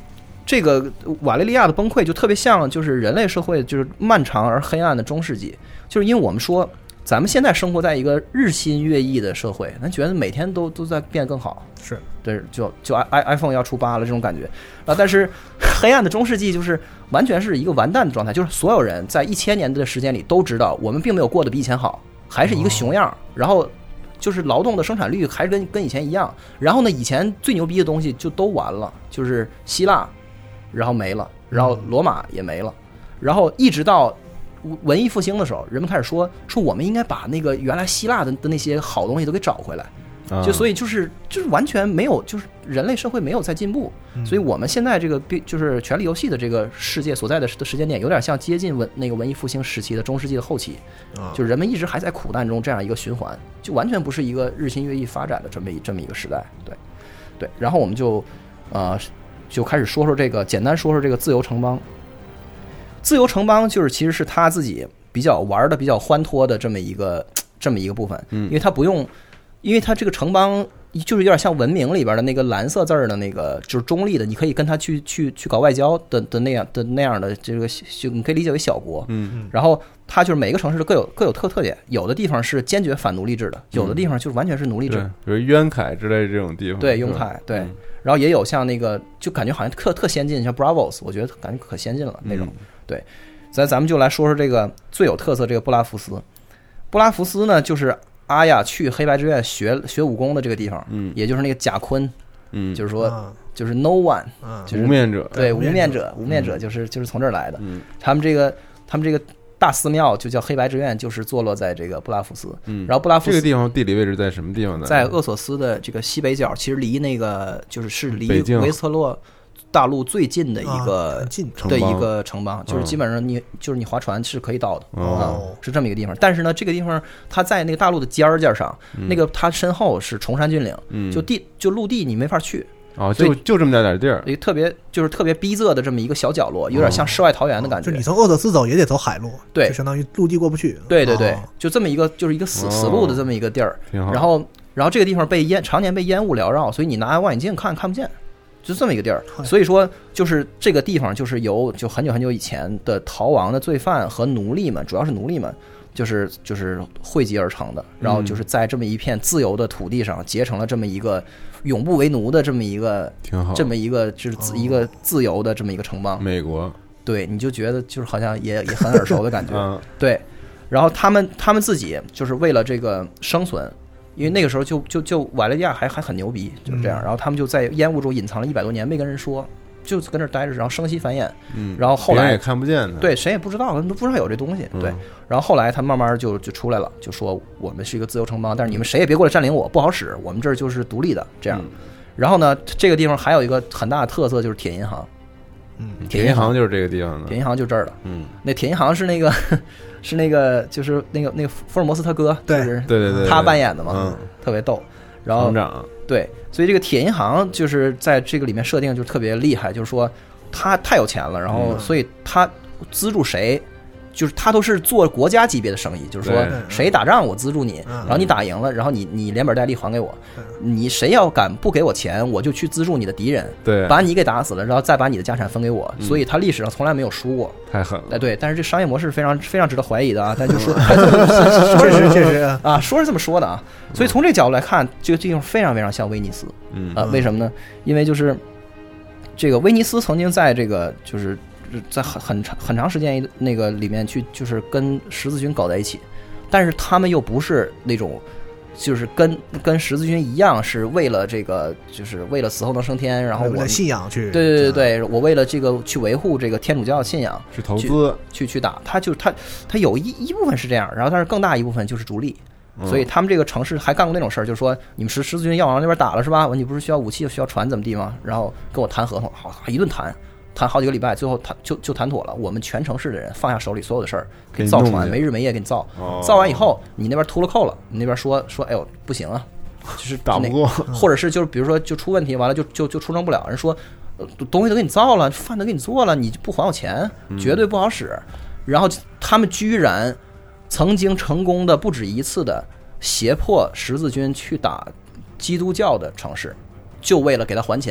这个瓦雷利亚的崩溃就特别像就是人类社会就是漫长而黑暗的中世纪，就是因为我们说咱们现在生活在一个日新月异的社会，咱觉得每天都在变更好， 是对，就 iPhone 要出8了这种感觉啊。但是黑暗的中世纪就是完全是一个完蛋的状态，就是所有人在1000年的时间里都知道我们并没有过得比以前好，还是一个熊样，然后就是劳动的生产率还是跟以前一样，然后呢以前最牛逼的东西就都完了，就是希腊然后没了，然后罗马也没了，然后一直到文艺复兴的时候，人们开始说我们应该把那个原来希腊的那些好东西都给找回来，就所以就是完全没有，就是人类社会没有在进步，所以我们现在这个就是权力游戏的这个世界所在的时间点，有点像接近那个文艺复兴时期的中世纪的后期，就是人们一直还在苦难中这样一个循环，就完全不是一个日新月异发展的这么一个时代，对，然后我们就开始说这个，简单说这个自由城邦。自由城邦就是其实是他自己比较玩的比较欢脱的这么一个部分，因为他不用，因为他这个城邦就是有点像文明里边的那个蓝色字的那个，就是中立的，你可以跟他去搞外交的那样的这个，你可以理解为小国，然后它就是每个城市各有特点，有的地方是坚决反奴隶制的，有的地方就是完全是奴隶制， 比如渊凯之类的这种地方， 对，雍凯，对，然后也有像那个就感觉好像特先进，像 Bravos， 我觉得感觉可先进了那种。对，咱们就来说这个最有特色这个布拉福斯。布拉福斯呢，就是阿雅去黑白之院学武功的这个地方，也就是那个贾昆，就是说就是 no one，就是无面者， 对，无面者就是从这儿来的。他们这个大寺庙就叫黑白之院，就是坐落在这个布拉福斯。然后布拉福斯这个地方地理位置在什么地方呢？ 在厄索斯的这个西北角，其实离那个是离维斯特洛大陆最近的一个城邦，就是基本上你划船是可以到的，是这么一个地方。但是呢，这个地方它在那个大陆的尖上，那个它身后是崇山峻岭，就陆地你没法去。 就这么点地儿， 一个特别逼仄的这么一个小角落，有点像世外桃源的感觉。 就你从厄索斯走也得走海路， 对， 就相当于陆地过不去。 对，就这么一个就是一个死路的这么一个地儿。然后这个地方常年被烟雾缭绕，所以你拿望远镜看不见。就这么一个地儿，所以说就是这个地方就是由就很久以前的逃亡的罪犯和奴隶们，主要是奴隶们，就是汇集而成的，然后就是在这么一片自由的土地上结成了这么一个永不为奴的这么一个就是一个自由的这么一个城邦。 美国， 对，你就觉得就是好像也很耳熟的感觉，对。然后他们自己就是为了这个生存。因为那个时候就瓦雷利亚还很牛逼，就是这样。然后他们就在烟雾中隐藏了100多年，没跟人说，就跟那儿待着，然后生息繁衍。然后后来别人也看不见的， 对，谁也不知道，都不知道有这东西。对，然后后来他慢慢就出来了，就说我们是一个自由城邦，但是你们谁也别过来占领我，不好使，我们这儿就是独立的这样。然后呢，这个地方还有一个很大的特色就是铁银行。 铁银行就是这个地方的， 铁银行就这儿的。那铁银行是那个就是那个福尔摩斯他哥，就是对他扮演的嘛，特别逗。然后对，所以这个铁银行就是在这个里面设定就特别厉害，就是说他太有钱了，然后所以他资助谁。就是他都是做国家级别的生意，就是说谁打仗我资助你，然后你打赢了，然后你连本带利还给我，你谁要敢不给我钱，我就去资助你的敌人， 对， 把你给打死了，然后再把你的家产分给我，所以他历史上从来没有输过， 太狠了。 对，但是这商业模式非常非常值得怀疑的啊，但就说确实啊，说是这么说的啊，所以从这个角度来看，这个地方非常非常像威尼斯，为什么呢？因为就是这个威尼斯曾经在这个就是在很长时间那个里面去就是跟十字军搞在一起，但是他们又不是那种就是跟十字军一样是为了这个就是为了死后能升天，然后我信仰去对，我为了这个去维护这个天主教信仰是投资去打，他有一部分是这样，然后但是更大一部分就是逐利。所以他们这个城市还干过那种事儿，就是说你们十字军要往那边打了是吧？你不是需要武器需要船怎么地吗？然后跟我谈合同，好一顿谈好几个礼拜，最后就谈妥了。我们全城市的人放下手里所有的事儿，给你造船，没日没夜给你造。造完以后，你那边秃了扣了，你那边说，哎呦不行啊，就是打不过， 或者是就是比如说就出问题，完了就出征不了。人说东西都给你造了，饭都给你做了，你不还我钱，绝对不好使。然后他们居然曾经成功的不止一次的胁迫十字军去打基督教的城市，就为了给他还钱。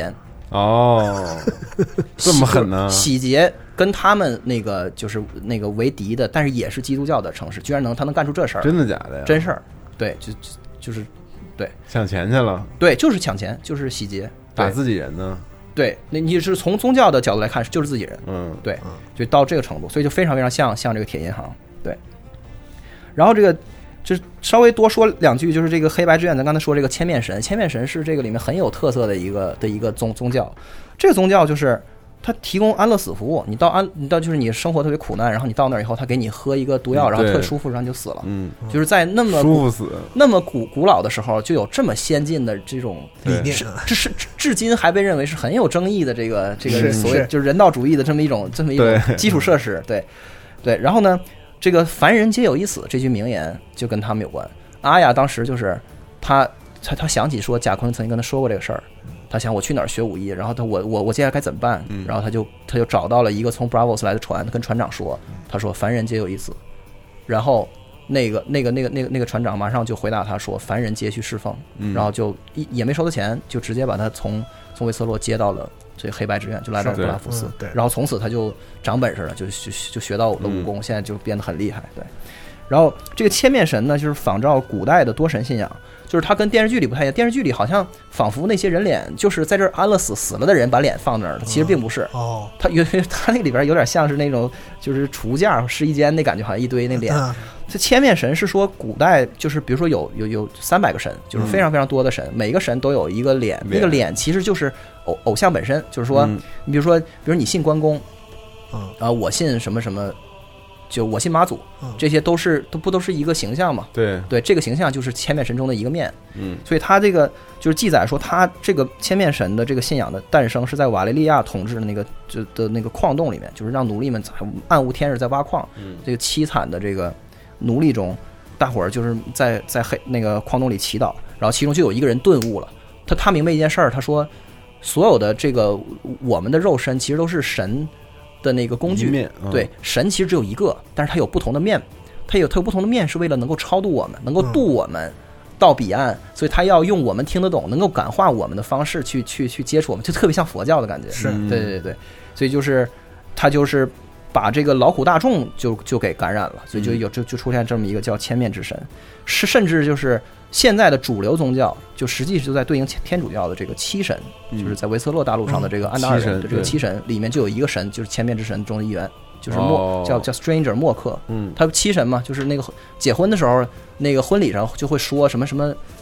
哦，这么狠呢？ 洗劫跟他们那个就是那个为敌的，但是也是基督教的城市，居然他能干出这事儿， 真的假的呀？ 真事儿，对，就是对， 抢钱去了， 对，就是抢钱，就是洗劫， 打自己人呢。 对，那你是从宗教的角度来看，就是自己人，对，就到这个程度，所以就非常非常像这个铁银行，对。然后这个就稍微多说两句，就是这个黑白之愿，咱刚才说这个千面神，千面神是这个里面很有特色的一个宗教，这个宗教就是他提供安乐死服务，你到就是你生活特别苦难，然后你到那儿以后，他给你喝一个毒药，然后特舒服，然后你就死了。就是在那么舒服死， 那么古老的时候，就有这么先进的这种理念， 这是至今还被认为是很有争议的这个所谓就是人道主义的这么一种基础设施。对，然后呢，这个凡人皆有一死这句名言就跟他们有关。阿雅当时就是他想起说贾昆曾经跟他说过这个事儿。他想我去哪儿学武艺，然后我接下来该怎么办？然后他就找到了一个从 Bravos 来的船，跟船长说，他说凡人皆有一死，然后那个船长马上就回答他说凡人皆须侍奉，然后就也没收他钱，就直接把他从维瑟洛接到了这黑白之愿，就来到布拉福斯，然后从此他就长本事了，就学到了武功，现在就变得很厉害。对，然后这个千面神呢，就是仿照古代的多神信仰。就是他跟电视剧里不太一样，电视剧里好像仿佛那些人脸就是在这儿安乐死了的人把脸放那儿了，其实并不是。他那个里边有点像是那种就是储物架试衣间那感觉，好像一堆那脸。这千面神是说古代就是比如说有300个神，就是非常非常多的神，每个神都有一个脸，那个脸其实就是偶像本身，就是说你比如你信关公，我信什么什么。就我信妈祖，这些都不都是一个形象嘛？对，这个形象就是千面神中的一个面。所以他这个就是记载说，他这个千面神的这个信仰的诞生是在瓦雷利亚统治的那个矿洞里面，就是让奴隶们暗无天日在挖矿。这个凄惨的这个奴隶中，大伙儿就是在那个矿洞里祈祷，然后其中就有一个人顿悟了，他明白一件事儿，他说所有的这个我们的肉身其实都是神的那个工具，对，神其实只有一个，但是它有不同的面，它有不同的面是为了能够超度我们，能够渡我们到彼岸，所以它要用我们听得懂、能够感化我们的方式去接触我们，就特别像佛教的感觉。是，对，所以就是他就是把这个劳苦大众就给感染了，所以就出现这么一个叫千面之神，甚至就是现在的主流宗教就实际就在对应天主教的这个七神，就是在维瑟洛大陆上的这个安达尔人的这个七神里面就有一个神就是千面之神中的一员，就是叫 Stranger 默克。他七神嘛，就是那个结婚的时候那个婚礼上就会说什么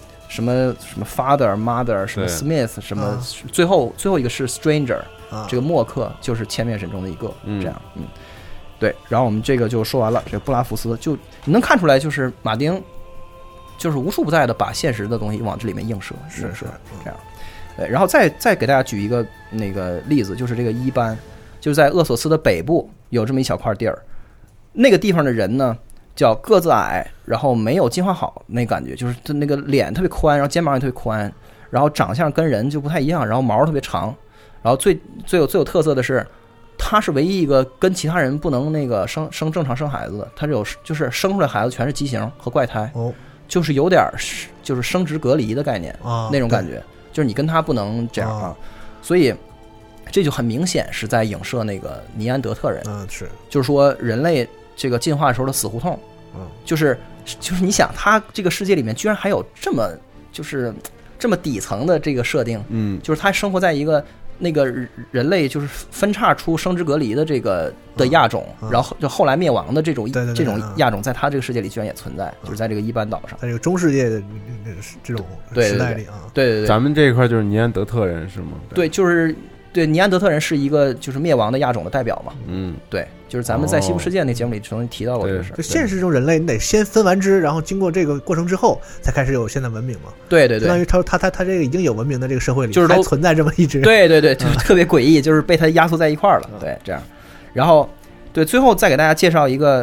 Father Mother 什么 Smith 什么，最后一个是 Stranger，这个默克就是千面神中的一个，这样。对，然后我们这个就说完了，这个布拉福斯就你能看出来，就是马丁就是无处不在的把现实的东西往这里面映射，是这样。然后再给大家举一个那个例子，就是这个伊班，就是在厄索斯的北部有这么一小块地儿，那个地方的人呢叫个子矮，然后没有进化好那感觉，就是他那个脸特别宽，然后肩膀也特别宽，然后长相跟人就不太一样，然后毛特别长，然后最有特色的是，他是唯一一个跟其他人不能那个生正常生孩子的，他就是生出来孩子全是畸形和怪胎。就是有点就是生殖隔离的概念那种感觉，就是你跟他不能这样啊，所以这就很明显是在影射那个尼安德特人，就是说人类这个进化时候的死胡同，就是你想他这个世界里面居然还有这么底层的这个设定，就是他生活在一个那个人类就是分叉出生殖隔离的这个的亚种，然后就后来灭亡的这种亚种，在他这个世界里居然也存在，就是在这个伊班岛上， 在这个中世界的这种时代里啊， 对， 咱们这一块就是尼安德特人是吗？ 对，就是对尼安德特人是一个就是灭亡的亚种的代表嘛，对，就是咱们在西部世界那节目里曾经提到过这个事。 就现实中人类你得先分完支，然后经过这个过程之后，才开始有现在文明嘛。对，相当于他这个已经有文明的这个社会里，就是还存在这么一支。 对，就是特别诡异，就是被他压缩在一块儿了。对，这样。然后对，最后再给大家介绍一个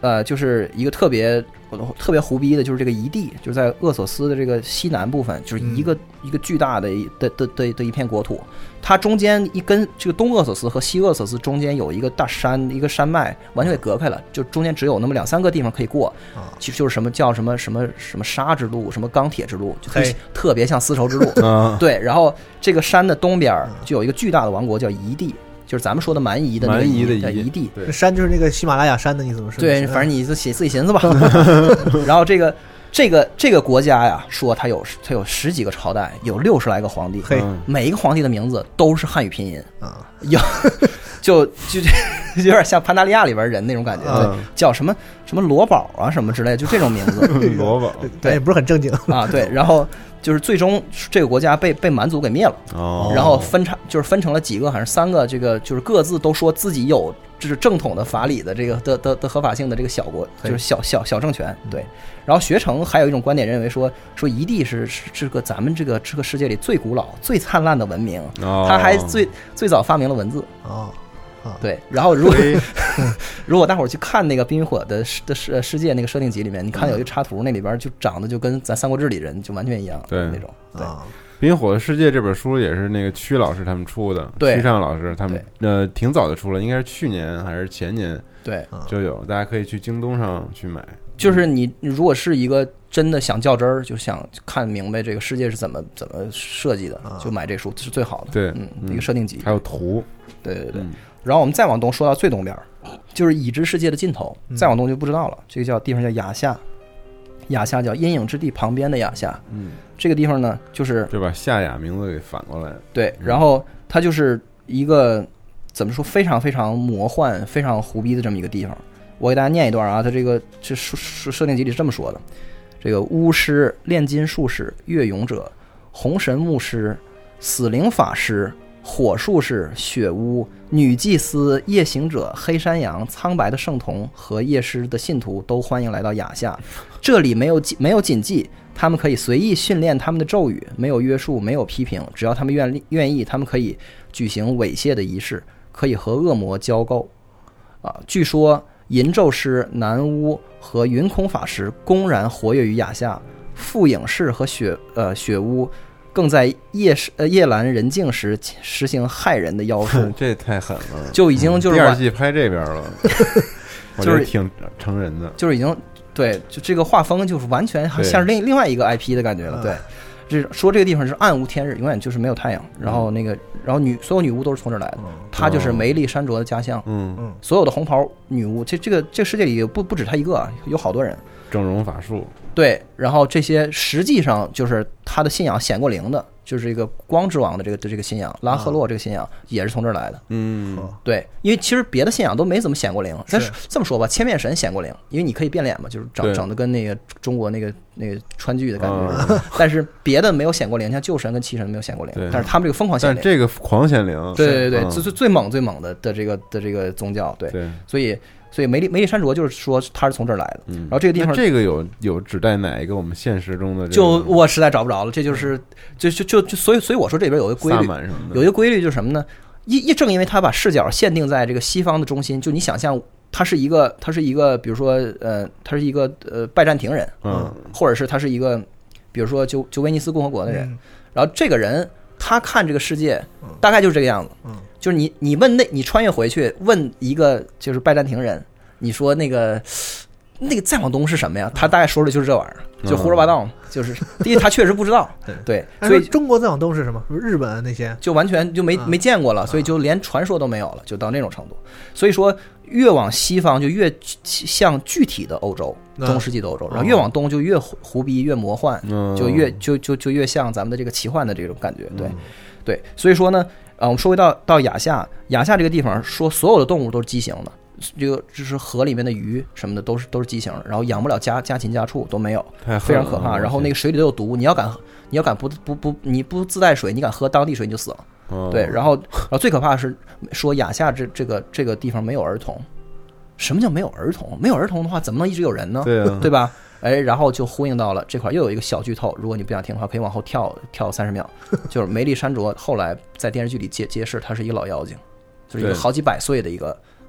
就是一个特别胡逼的，就是这个遗地，就是在厄索斯的这个西南部分，就是一个巨大的一片国土，它中间跟这个东厄索斯和西厄索斯中间有一个大山，一个山脉完全给隔开了，就中间只有那么2-3个地方可以过，其实就是什么叫什么沙之路，什么钢铁之路，就特别像丝绸之路，对，然后这个山的东边就有一个巨大的王国叫夷地。就是咱们说的蛮夷的那个夷地， 这山就是那个喜马拉雅山的意思吗？ 对，反正你自己寻思吧。然后这个国家呀，说它有10几个朝代，有60来个皇帝，每一个皇帝的名字都是汉语拼音啊，就有点像潘达利亚里边人那种感觉，对，叫什么罗宝啊什么之类，就这种名字。 罗宝， 对，也不是很正经啊，对，然后。就是最终这个国家被蛮族给灭了，然后分成了几个，好像3个，这个就是各自都说自己有就是正统的法理的这个的合法性的这个小国，就是小政权，对。然后学成还有一种观点认为说夷地是这个咱们这个世界里最古老、最灿烂的文明，它还最早发明了文字。对，然后如果大伙儿去看那个《冰与火》的世界那个设定集里面，你看有一个插图，那里边就长得就跟咱《三国志》里人就完全一样，对那种。对，《 冰与火的世界》这本书也是那个曲老师他们出的，曲尚老师他们挺早就出了，应该是去年还是前年， 对就有，大家可以去京东上去买。 就是你如果是一个真的想较真儿，就想看明白这个世界是怎么设计的，就买这书是最好的。 对， 一个设定集还有图。 对。然后我们再往东说到最东边，就是已知世界的尽头，再往东就不知道了。这个地方叫雅夏，雅夏叫阴影之地旁边的雅夏。这个地方呢，就把夏雅名字给反过来。 对，然后它就是一个怎么说非常非常魔幻、非常胡逼的这么一个地方。我给大家念一段啊，它这设定集里是这么说的：这个巫师、炼金术士、月勇者、红神牧师、死灵法师、火术士、雪巫、女祭司、夜行者、黑山羊、苍白的圣童和夜师的信徒都欢迎来到雅夏。这里没有禁忌，他们可以随意训练他们的咒语，没有约束，没有批评，只要他们愿意，他们可以举行猥亵的仪式，可以和恶魔交媾。据说银咒师、南巫和云空法师公然活跃于雅夏，复影士和雪巫更在夜阑人静时实行害人的妖术。 这太狠了， 就已经就是第2季拍这边了，我觉得挺成人的， 就是已经对，就这个画风就是完全像是另外一个 IP 的感觉了。对，说这个地方是暗无天日，永远就是没有太阳，然后所有女巫都是从这儿来的，她就是梅丽珊卓的家乡。所有的红袍女巫，这个世界里不止她一个啊，有好多人。 整容法术。对， 然后这些实际上就是他的信仰显过灵的，就是这个光之王的这个信仰，拉赫洛这个信仰也是从这儿来的。对，因为其实别的信仰都没怎么显过灵。但是这么说吧，千面神显过灵，因为你可以变脸嘛，就是整的跟那个中国那个川剧的感觉。但是别的没有显过灵，像旧神跟七神没有显过灵，但是他们这个疯狂显灵。 但这个狂显灵。 对，最猛的这个宗教。对，所以梅丽珊卓就是说他是从这儿来的。然后这个地方这个有指代哪一个我们现实中的？ 就我实在找不着了。这就是所以我说这里边有一个规律，有一个规律就是什么呢？正因为他把视角限定在这个西方的中心，就你想象他是一个，比如说他是一个拜占庭人，或者是他是一个，比如说就威尼斯共和国的人，然后这个人他看这个世界大概就是这个样子。就是你问你穿越回去问一个就是拜占庭人，你说那个再往东是什么呀？他大概说的就是这玩意儿，就胡说八道，就是因为他确实不知道。对，所以中国再往东是什么？日本那些就完全就没见过了，所以就连传说都没有了，就到那种程度。所以说越往西方就越像具体的欧洲，中世纪的欧洲，然后越往东就越胡逼越魔幻，就越像咱们的这个奇幻的这种感觉。对，所以说呢。我们说回到雅夏这个地方，说所有的动物都是畸形的，这个就是河里面的鱼什么的都是畸形，然后养不了家禽家畜都没有，非常可怕。然后那个水里都有毒，你要敢你不自带水，你敢喝当地水你就死了。对，然后最可怕的是说雅夏这个地方没有儿童。什么叫没有儿童？没有儿童的话，怎么能一直有人呢？对吧？然后就呼应到了这块，又有一个小剧透。如果你不想听的话，可以往后跳30秒。就是梅丽珊卓后来在电视剧里揭示，她是一个老妖精，就是一个好几百岁的一个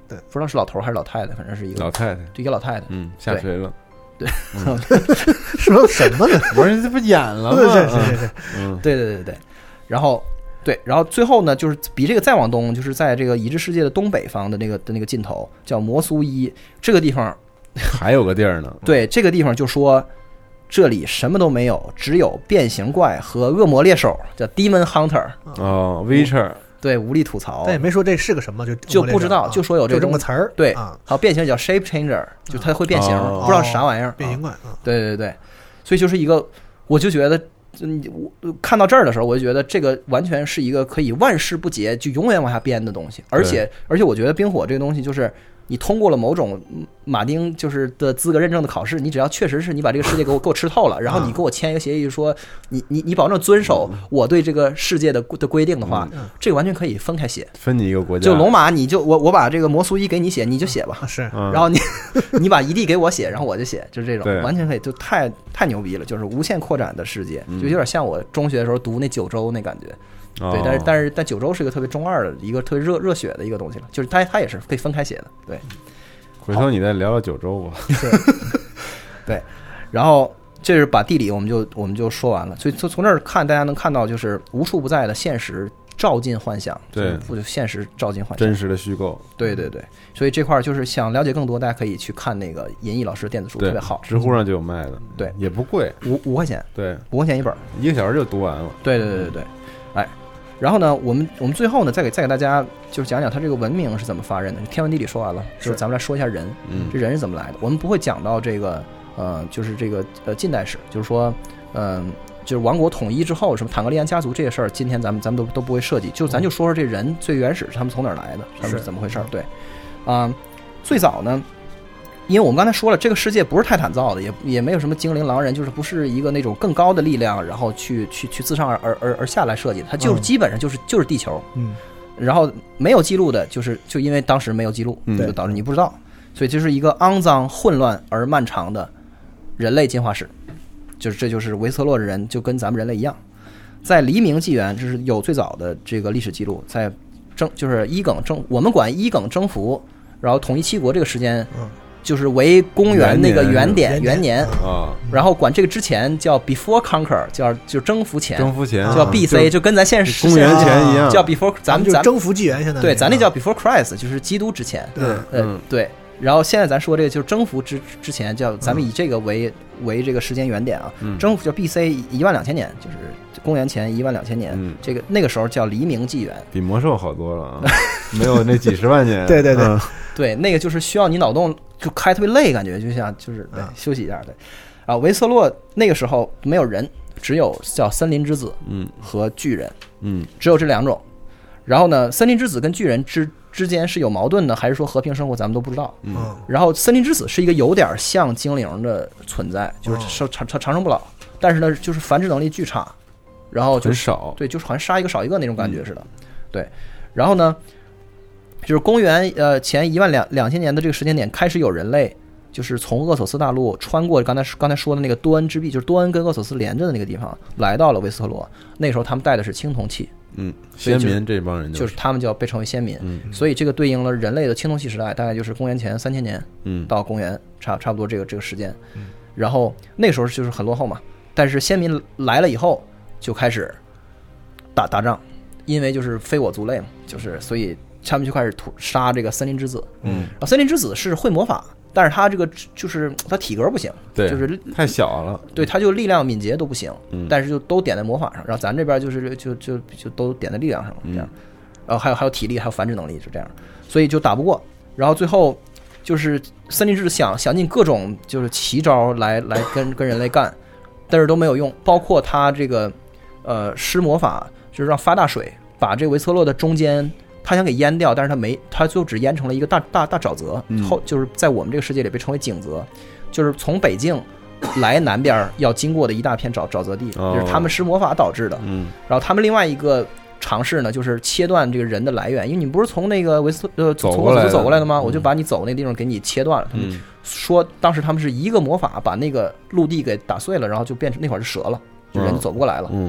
对， 不知道是老头还是老太太，反正是一个老太太， 对，一个老太太， 下垂了。 对， 说什么呢？ 不是这不演了吗？ 对，然后最后呢，就是比这个再往东，就是在这个已知世界的东北方的那个尽头，叫摩苏伊这个地方， 还有个地儿呢。 对，这个地方就说这里什么都没有，只有变形怪和恶魔猎手，叫 Demon Hunter。 Witcher。 对，无力吐槽， 但也没说这是个什么， 就不知道，就说有这么个词儿。 对，还有变形叫 Shape Changer， 就它会变形，不知道是啥玩意儿。 变形怪。 对，所以就是一个，我就觉得，看到这儿的时候，我就觉得这个完全是一个可以万事不竭，就永远往下编的东西。而且我觉得冰火这个东西就是你通过了某种马丁就是的资格认证的考试，你只要确实是你把这个世界给我吃透了，然后你给我签一个协议说你保证遵守我对这个世界的规定的话，这个完全可以分开写， 分你一个国家。 就龙马你就我把这个摩苏伊给你写，你就写吧， 是， 然后你把一地给我写，然后我就写，就是这种完全可以，就太牛逼了，就是无限扩展的世界，就有点像我中学的时候读那九州那感觉。对，但九州是一个特别中二的一个特别热血的一个东西了，就是它也是可以分开写的。对， 回头你再聊聊九州吧。 对，然后这是把地理我们就说完了，所以从这儿看，大家能看到就是无处不在的现实照进幻想， 对， 现实照进幻想， 真实的虚构。 对，所以这块就是想了解更多，大家可以去看那个银翼老师电子书，特别好， 知乎上就有卖的， 对， 也不贵 ，5块钱， 对 ，5块钱一本 ，1个小时就读完了。 对，哎。然后呢，我们最后呢，再给大家就是讲讲它这个文明是怎么发轫的。天文地理说完了，就是咱们来说一下人，这人是怎么来的。我们不会讲到这个就是这个近代史，就是说就是王国统一之后什么坦格利安家族这些事儿，今天咱们都不会涉及，就咱就说说这人最原始他们从哪儿来的，他们是怎么回事。对，最早呢。因为我们刚才说了，这个世界不是泰坦造的，也没有什么精灵狼人，就是不是一个那种更高的力量，然后去自上而下来设计的，它就是基本上就是地球，然后没有记录的，就因为当时没有记录，就导致你不知道，所以这是一个肮脏、混乱而漫长的人类进化史，这就是维斯特洛的人就跟咱们人类一样，在黎明纪元，这是有最早的这个历史记录，在就是伊耿我们管伊耿征服，然后统一七国这个时间。就是为公元那个元年啊， 然后管这个之前叫 before conquer， 就征服前叫 BC， 就跟咱现在公元前一样， 叫 before 咱就征服纪元，现在对，咱那叫 before Christ， 就是基督之前。对。然后现在咱说这个就是征服之前叫咱们以这个为这个时间原点啊，征服叫 BC 12000年，就是公元前12000年，这个那个时候叫黎明纪元， 比魔兽好多了啊，没有那几十万年。 对， 对，那个就是需要你脑洞就开特别累，感觉就像就是对休息一下。对，啊，维瑟洛那个时候没有人，只有叫森林之子，和巨人，只有这两种。然后呢，森林之子跟巨人之间是有矛盾的，还是说和平生活，咱们都不知道。然后森林之子是一个有点像精灵的存在，就是长生不老，但是呢，就是繁殖能力巨差，然后就很少， 对，就是好像杀一个少一个那种感觉似的。对，然后呢，就是公元前12000年的这个时间点开始有人类，就是从厄索斯大陆穿过刚才说的那个多恩之壁，就是多恩跟厄索斯连着的那个地方，来到了维斯特洛。那个时候他们带的是青铜器。 先民这帮人就是他们就要被称为先民，所以这个对应了人类的青铜器时代，大概就是公元前3000年，到公元差不多这个时间，然后那个时候就是很落后嘛，但是先民来了以后就开始打仗，因为就是非我族类嘛，就是所以他们就开始杀这个森林之子，然后森林之子是会魔法。但是他这个就是他体格不行， 对， 就是太小了， 对，他就力量敏捷都不行，但是就都点在魔法上，然后咱这边就都点在力量上了，这样，然后还有体力，还有繁殖能力，就这样，所以就打不过，然后最后就是森林之子想尽各种就是奇招来跟人类干，但是都没有用，包括他这个施魔法，就是让发大水把这个维斯特洛的中间。他想给淹掉，但是他最后只淹成了一个大沼泽，后就是在我们这个世界里被称为井泽，就是从北境来南边要经过的一大片沼泽地，就是他们施魔法导致的。然后他们另外一个尝试呢，就是切断这个人的来源，因为你不是从那个从厄索斯走过来的吗？我就把你走那个地方给你切断了。他们说当时他们是一个魔法把那个陆地给打碎了，然后就变成那会儿就折了，就人就走不过来了。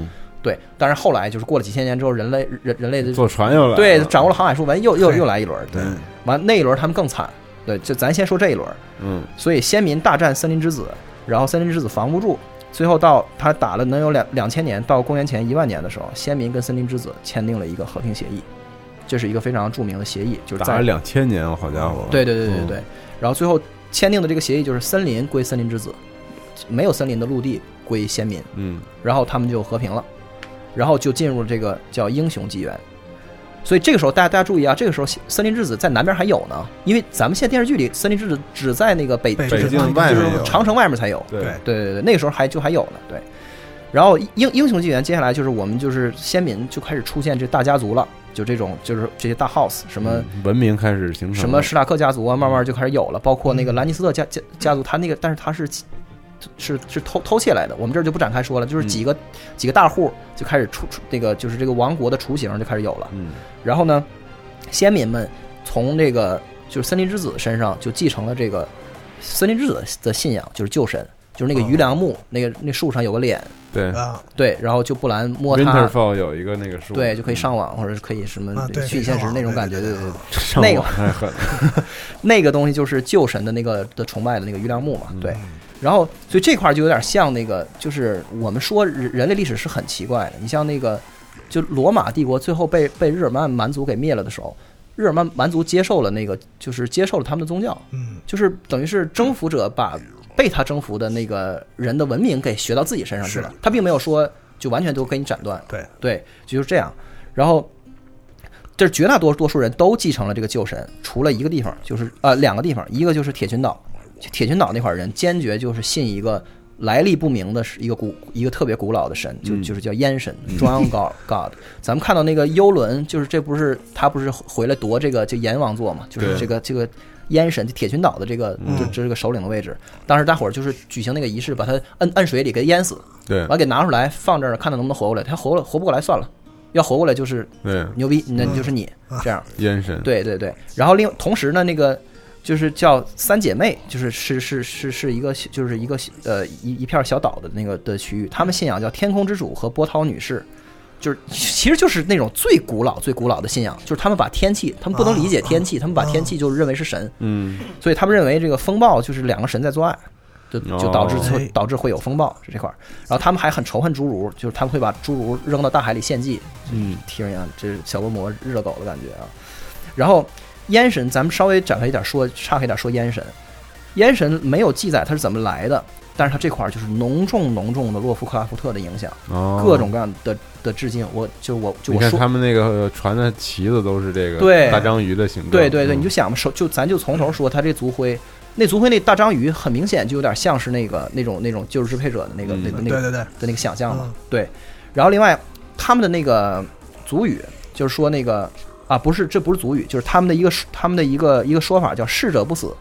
对，但是后来就是过了几千年之后，人类的坐船又来， 对，掌握了航海术文，又来一轮，对，完那一轮他们更惨，对，就咱先说这一轮，所以先民大战森林之子，然后森林之子防不住，最后到他打了能有2000年，到公元前10000年的时候，先民跟森林之子签订了一个和平协议，这是一个非常著名的协议，就是打了2000年，好家伙， 对，然后最后签订的这个协议就是森林归森林之子，没有森林的陆地归先民，然后他们就和平了。然后就进入了这个叫英雄纪元，所以这个时候大家注意啊，这个时候森林之子在南边还有呢，因为咱们现在电视剧里森林之子只在那个北京外面就是长城外面才有，对，那个时候还有呢，对。然后英雄纪元接下来就是我们就是先民就开始出现这大家族了，就这种就是这些大 house 什么文明开始形成， 什么史塔克家族啊，慢慢就开始有了，包括那个兰尼斯特家族，他那个但是他是偷窃来的，我们这儿就不展开说了，就是几个大户就开始出这个就是这个王国的雏形就开始有了，然后呢，先民们从这个就是森林之子身上就继承了这个森林之子的信仰，就是旧神，就是那个榆梁木，那树上有个脸，对，然后就布兰摸它 Winterfell 有一个那个树， 对，就可以上网或者可以什么虚拟现实那种感觉，对， 那个太狠了， 那个东西就是旧神的那个的崇拜的那个榆梁木嘛，对。然后，所以这块就有点像那个，就是我们说人类历史是很奇怪的。你像那个，就罗马帝国最后被日耳曼蛮族给灭了的时候，日耳曼蛮族接受了那个，就是接受了他们的宗教，就是等于是征服者把被他征服的那个人的文明给学到自己身上去了，他并没有说就完全都给你斩断，对，就是这样。然后，这绝大多数人都继承了这个旧神，除了一个地方，就是2个地方，一个就是铁群岛。铁群岛那块人坚决就是信一个来历不明的一个特别古老的神，就是叫燕神 Drown God。咱们看到那个幽伦，就是他不是回来夺这个阎王座嘛，就是这个燕神铁群岛的这个这个首领的位置。当时大伙儿就是举行那个仪式，把他摁水里给淹死， 对， 完给拿出来放这儿，看他能不能活过来。他活不过来算了。要活过来就是牛逼，那就是你这样燕神， 对。然后同时呢，那个。就是叫三姐妹，就是一个就是一个一片小岛的那个的区域，他们信仰叫天空之主和波涛女士，就是其实就是那种最古老的信仰，就是他们把天气，他们不能理解天气，他们把天气就认为是神，所以他们认为这个风暴就是2个神在做爱，就导致会有风暴是这块，然后他们还很仇恨侏儒，就是他们会把侏儒扔到大海里献祭，听着这是小恶魔热狗的感觉啊，然后。燕神，咱们稍微岔开一点说燕神。燕神没有记载它是怎么来的，但是它这块就是浓重的洛夫克拉夫特的影响，各种各样的致敬。我看他们那个船的旗子都是这个大章鱼的形状。 对，你就想吧，咱就从头说，他这族徽那大章鱼很明显就有点像是那种救世支配者的那个的那个想象嘛。对，然后另外他们的那个族语就是说那个。不是，这不是族语，就是他们的一个说法叫逝者不死，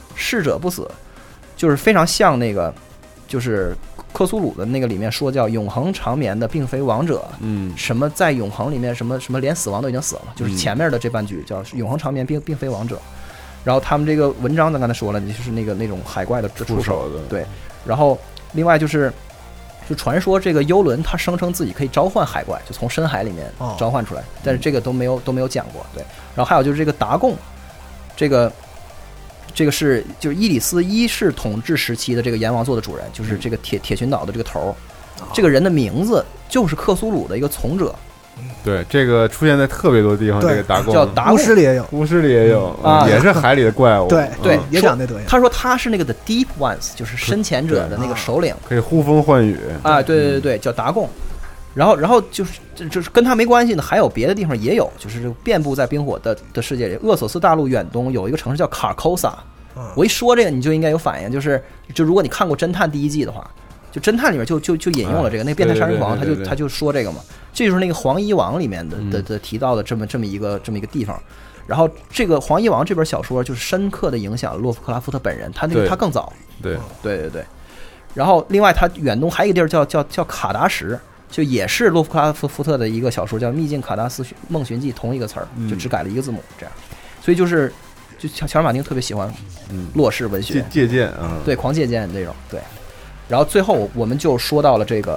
就是非常像那个，就是克苏鲁的那个里面说叫永恒长眠的并非亡者，什么在永恒里面什么连死亡都已经死了，就是前面的这半句叫永恒长眠并非亡者，然后他们这个文章咱刚才说了，就是那种海怪的出手的，对，然后另外就传说这个幽伦他声称自己可以召唤海怪，就从深海里面召唤出来，但是这个都没有讲过。对，然后还有就是这个达贡，这个是就是伊里斯一世统治时期的这个阎王座的主人，就是这个铁群岛的这个头，这个人的名字就是克苏鲁的一个从者。 对，这个出现在特别多地方，这个达贡叫达贡， 巫师里也有， 也是海里的怪物。 对，也长那德行。 他说他是那个 The Deep Ones， 就是深潜者的那个首领， 可以呼风唤雨啊！对，叫达贡。然后就是跟他没关系的，还有别的地方也有，就是遍布在冰火的世界里。厄索斯大陆远东有一个城市叫卡科萨。我一说这个，你就应该有反应，就如果你看过侦探第1季的话。就侦探里面就引用了这个，那个变态杀人狂，他就说这个嘛，这就是那个黄衣王里面的提到的这么一个地方。然后这个黄衣王这本小说就是深刻的影响了洛夫克拉夫特本人，他更早。对。然后另外他远东还有一个地儿叫卡达什，就也是洛夫克拉夫特的一个小说叫《秘境卡达斯梦寻记》，同一个词儿，就只改了一个字母这样。所以就乔尔马丁特别喜欢洛氏文学， 借鉴啊， 对，狂借鉴这种对。然后最后我们就说到了这个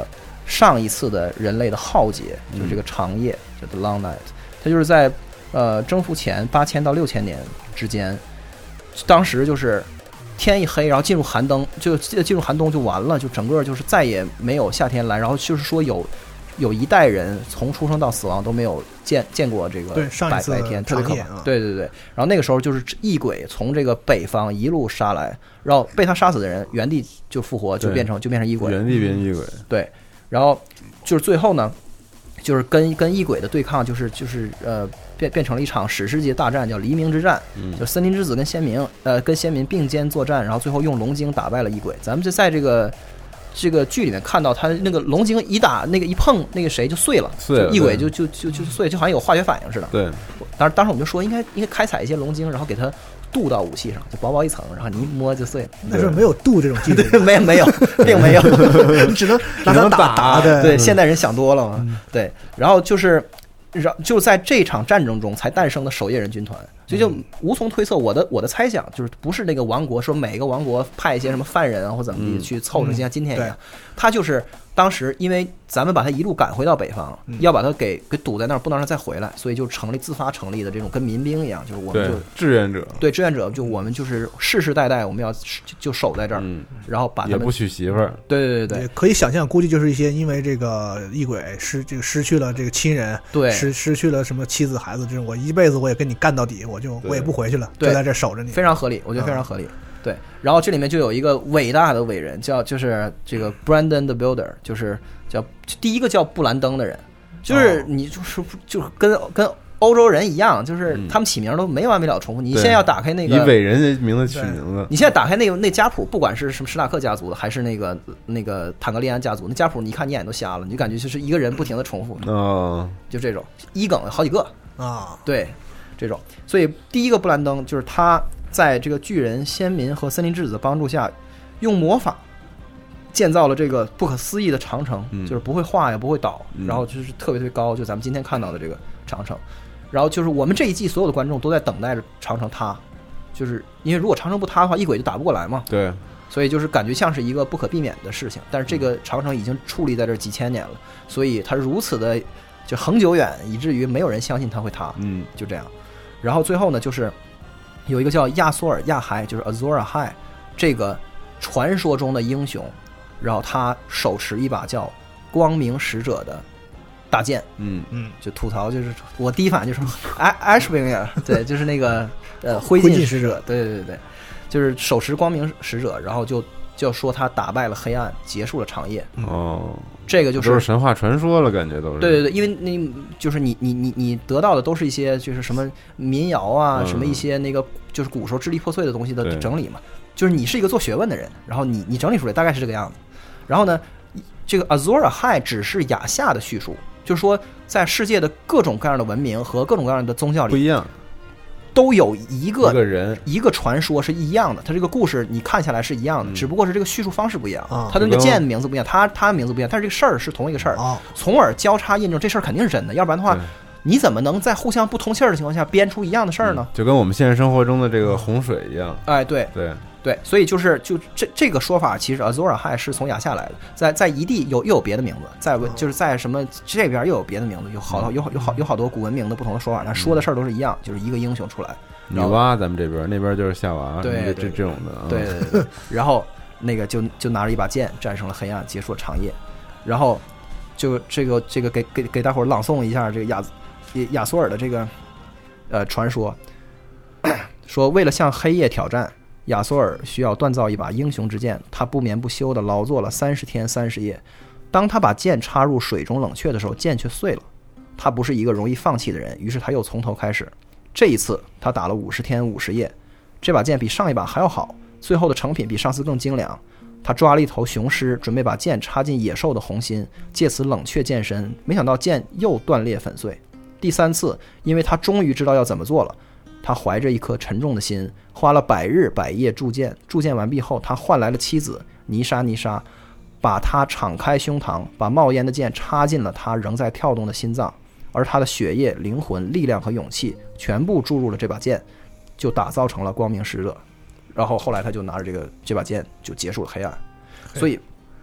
上一次的人类的浩劫，就是这个长夜，叫 The Long Night， 它就是在征服前8000到6000年之间，当时就是天一黑，然后进入寒冬就完了，就整个就是再也没有夏天来，然后就是说有一代人从出生到死亡都没有见过这个白天，特别可怕。对，然后那个时候就是异鬼从这个北方一路杀来，然后被他杀死的人原地就复活，就变成异鬼， 原地变异鬼。 对，然后就是最后呢，就是跟异鬼的对抗，就是变成了一场史诗级的大战，叫黎明之战，就森林之子跟先民并肩作战，然后最后用龙晶打败了异鬼。咱们就在这个剧里面看到他那个龙晶一打那个一碰那个谁就碎了，异鬼就碎，就好像有化学反应似的。 对， 当时我们就说应该开采一些龙晶，然后给它镀到武器上，就薄薄一层，然后你一摸就碎了。 那时候没有镀这种技术， 没有，并没有， 只能拿它打。 对，现代人想多了嘛。对，然后就在这场战争中才诞生的守夜人军团，所以就无从推测。我的猜想就是不是那个王国说每个王国派一些什么犯人啊或怎么地去凑成像今天一样，他就是当时因为咱们把他一路赶回到北方，要把他给堵在那儿，不能让他再回来，所以就自发成立的这种跟民兵一样，就是我们就志愿者， 对志愿者，就我们就是世世代代我们要就守在这儿，然后把他们也不娶媳妇儿。 对， 可以想象，估计就是一些因为这个异鬼失去了这个亲人， 对， 失去了什么妻子孩子这种，我一辈子我也跟你干到底，我也不回去了，就在这守着你， 非常合理，我觉得非常合理。对，然后这里面就有一个伟大的伟人，就是这个 Brandon the Builder， 就是第一个叫布兰登的人，就是你就是跟欧洲人一样，就是他们起名都没完没了重复。你现在要打开那个以伟人的名字取名字， 你现在打开那家谱，不管是什么史塔克家族的，还是那个坦格利安家族，那家谱你一看你眼都瞎了，你就感觉就是一个人不停的重复。就这种一梗好几个啊，对，这种。所以第一个布兰登就是他在这个巨人、先民和森林之子的帮助下，用魔法建造了这个不可思议的长城，就是不会化也不会倒，然后就是特别特别高，就咱们今天看到的这个长城。然后就是我们这一季所有的观众都在等待着长城塌，就是因为如果长城不塌的话，异鬼就打不过来嘛。 对， 所以就是感觉像是一个不可避免的事情。但是这个长城已经矗立在这几千年了，所以它如此的就恒久远，以至于没有人相信它会塌。就这样。然后最后呢，就是有一个叫亚索尔亚海，就是 Azor Ahai 这个传说中的英雄，然后他手持一把叫光明使者的大剑，就吐槽，就是我第一反应就是 Ashbringer， 对，就是那个灰烬使者，对，就是手持光明使者，然后就说他打败了黑暗，结束了长夜。这个就是都是神话传说了，感觉都是。 对，因为那就是你得到的都是一些就是什么民谣啊，什么一些那个就是古时候支离破碎的东西的整理嘛。就是你是一个做学问的人，然后你整理出来大概是这个样子。然后呢，这个 Azor Ahai 只是亚夏的叙述，就是说在世界的各种各样的文明和各种各样的宗教里不一样， 都有一个人一个传说是一样的，它这个故事你看下来是一样的，只不过是这个叙述方式不一样，它的那个剑名字不一样，它名字不一样，但是这个事儿是同一个事儿，从而交叉印证这事儿肯定是真的，要不然的话你怎么能在互相不通气儿的情况下编出一样的事儿呢？ 就跟我们现实生活中的这个洪水一样。 哎，对，所以就这个说法，其实 Azor Ahai 是从亚夏来的，在一地又有别的名字，就是在什么这边又有别的名字，有好多古文明的不同的说法，但说的事儿都是一样，就是一个英雄出来。 女娲咱们这边，那边就是夏娃， 对， 这种的。 对，然后那个就拿着一把剑战胜了黑暗，结束了长夜。然后就这个给大伙儿朗诵一下这个亚索尔的这个传说，说为了向黑夜挑战，亚索尔需要锻造一把英雄之剑，他不眠不休地劳作了30天30夜。当他把剑插入水中冷却的时候，剑却碎了。他不是一个容易放弃的人，于是他又从头开始。这一次他打了50天50夜，这把剑比上一把还要好，最后的成品比上次更精良。他抓了一头雄狮，准备把剑插进野兽的红心，借此冷却剑身，没想到剑又断裂粉碎。第3次，因为他终于知道要怎么做了，他怀着一颗沉重的心，花了100日100夜铸剑。铸剑完毕后，他换来了妻子泥沙，把他敞开胸膛，把冒烟的剑插进了他仍在跳动的心脏，而他的血液、灵魂、力量和勇气全部注入了这把剑，就打造成了光明使者。然后后来他就拿着这把剑就结束了黑暗。所以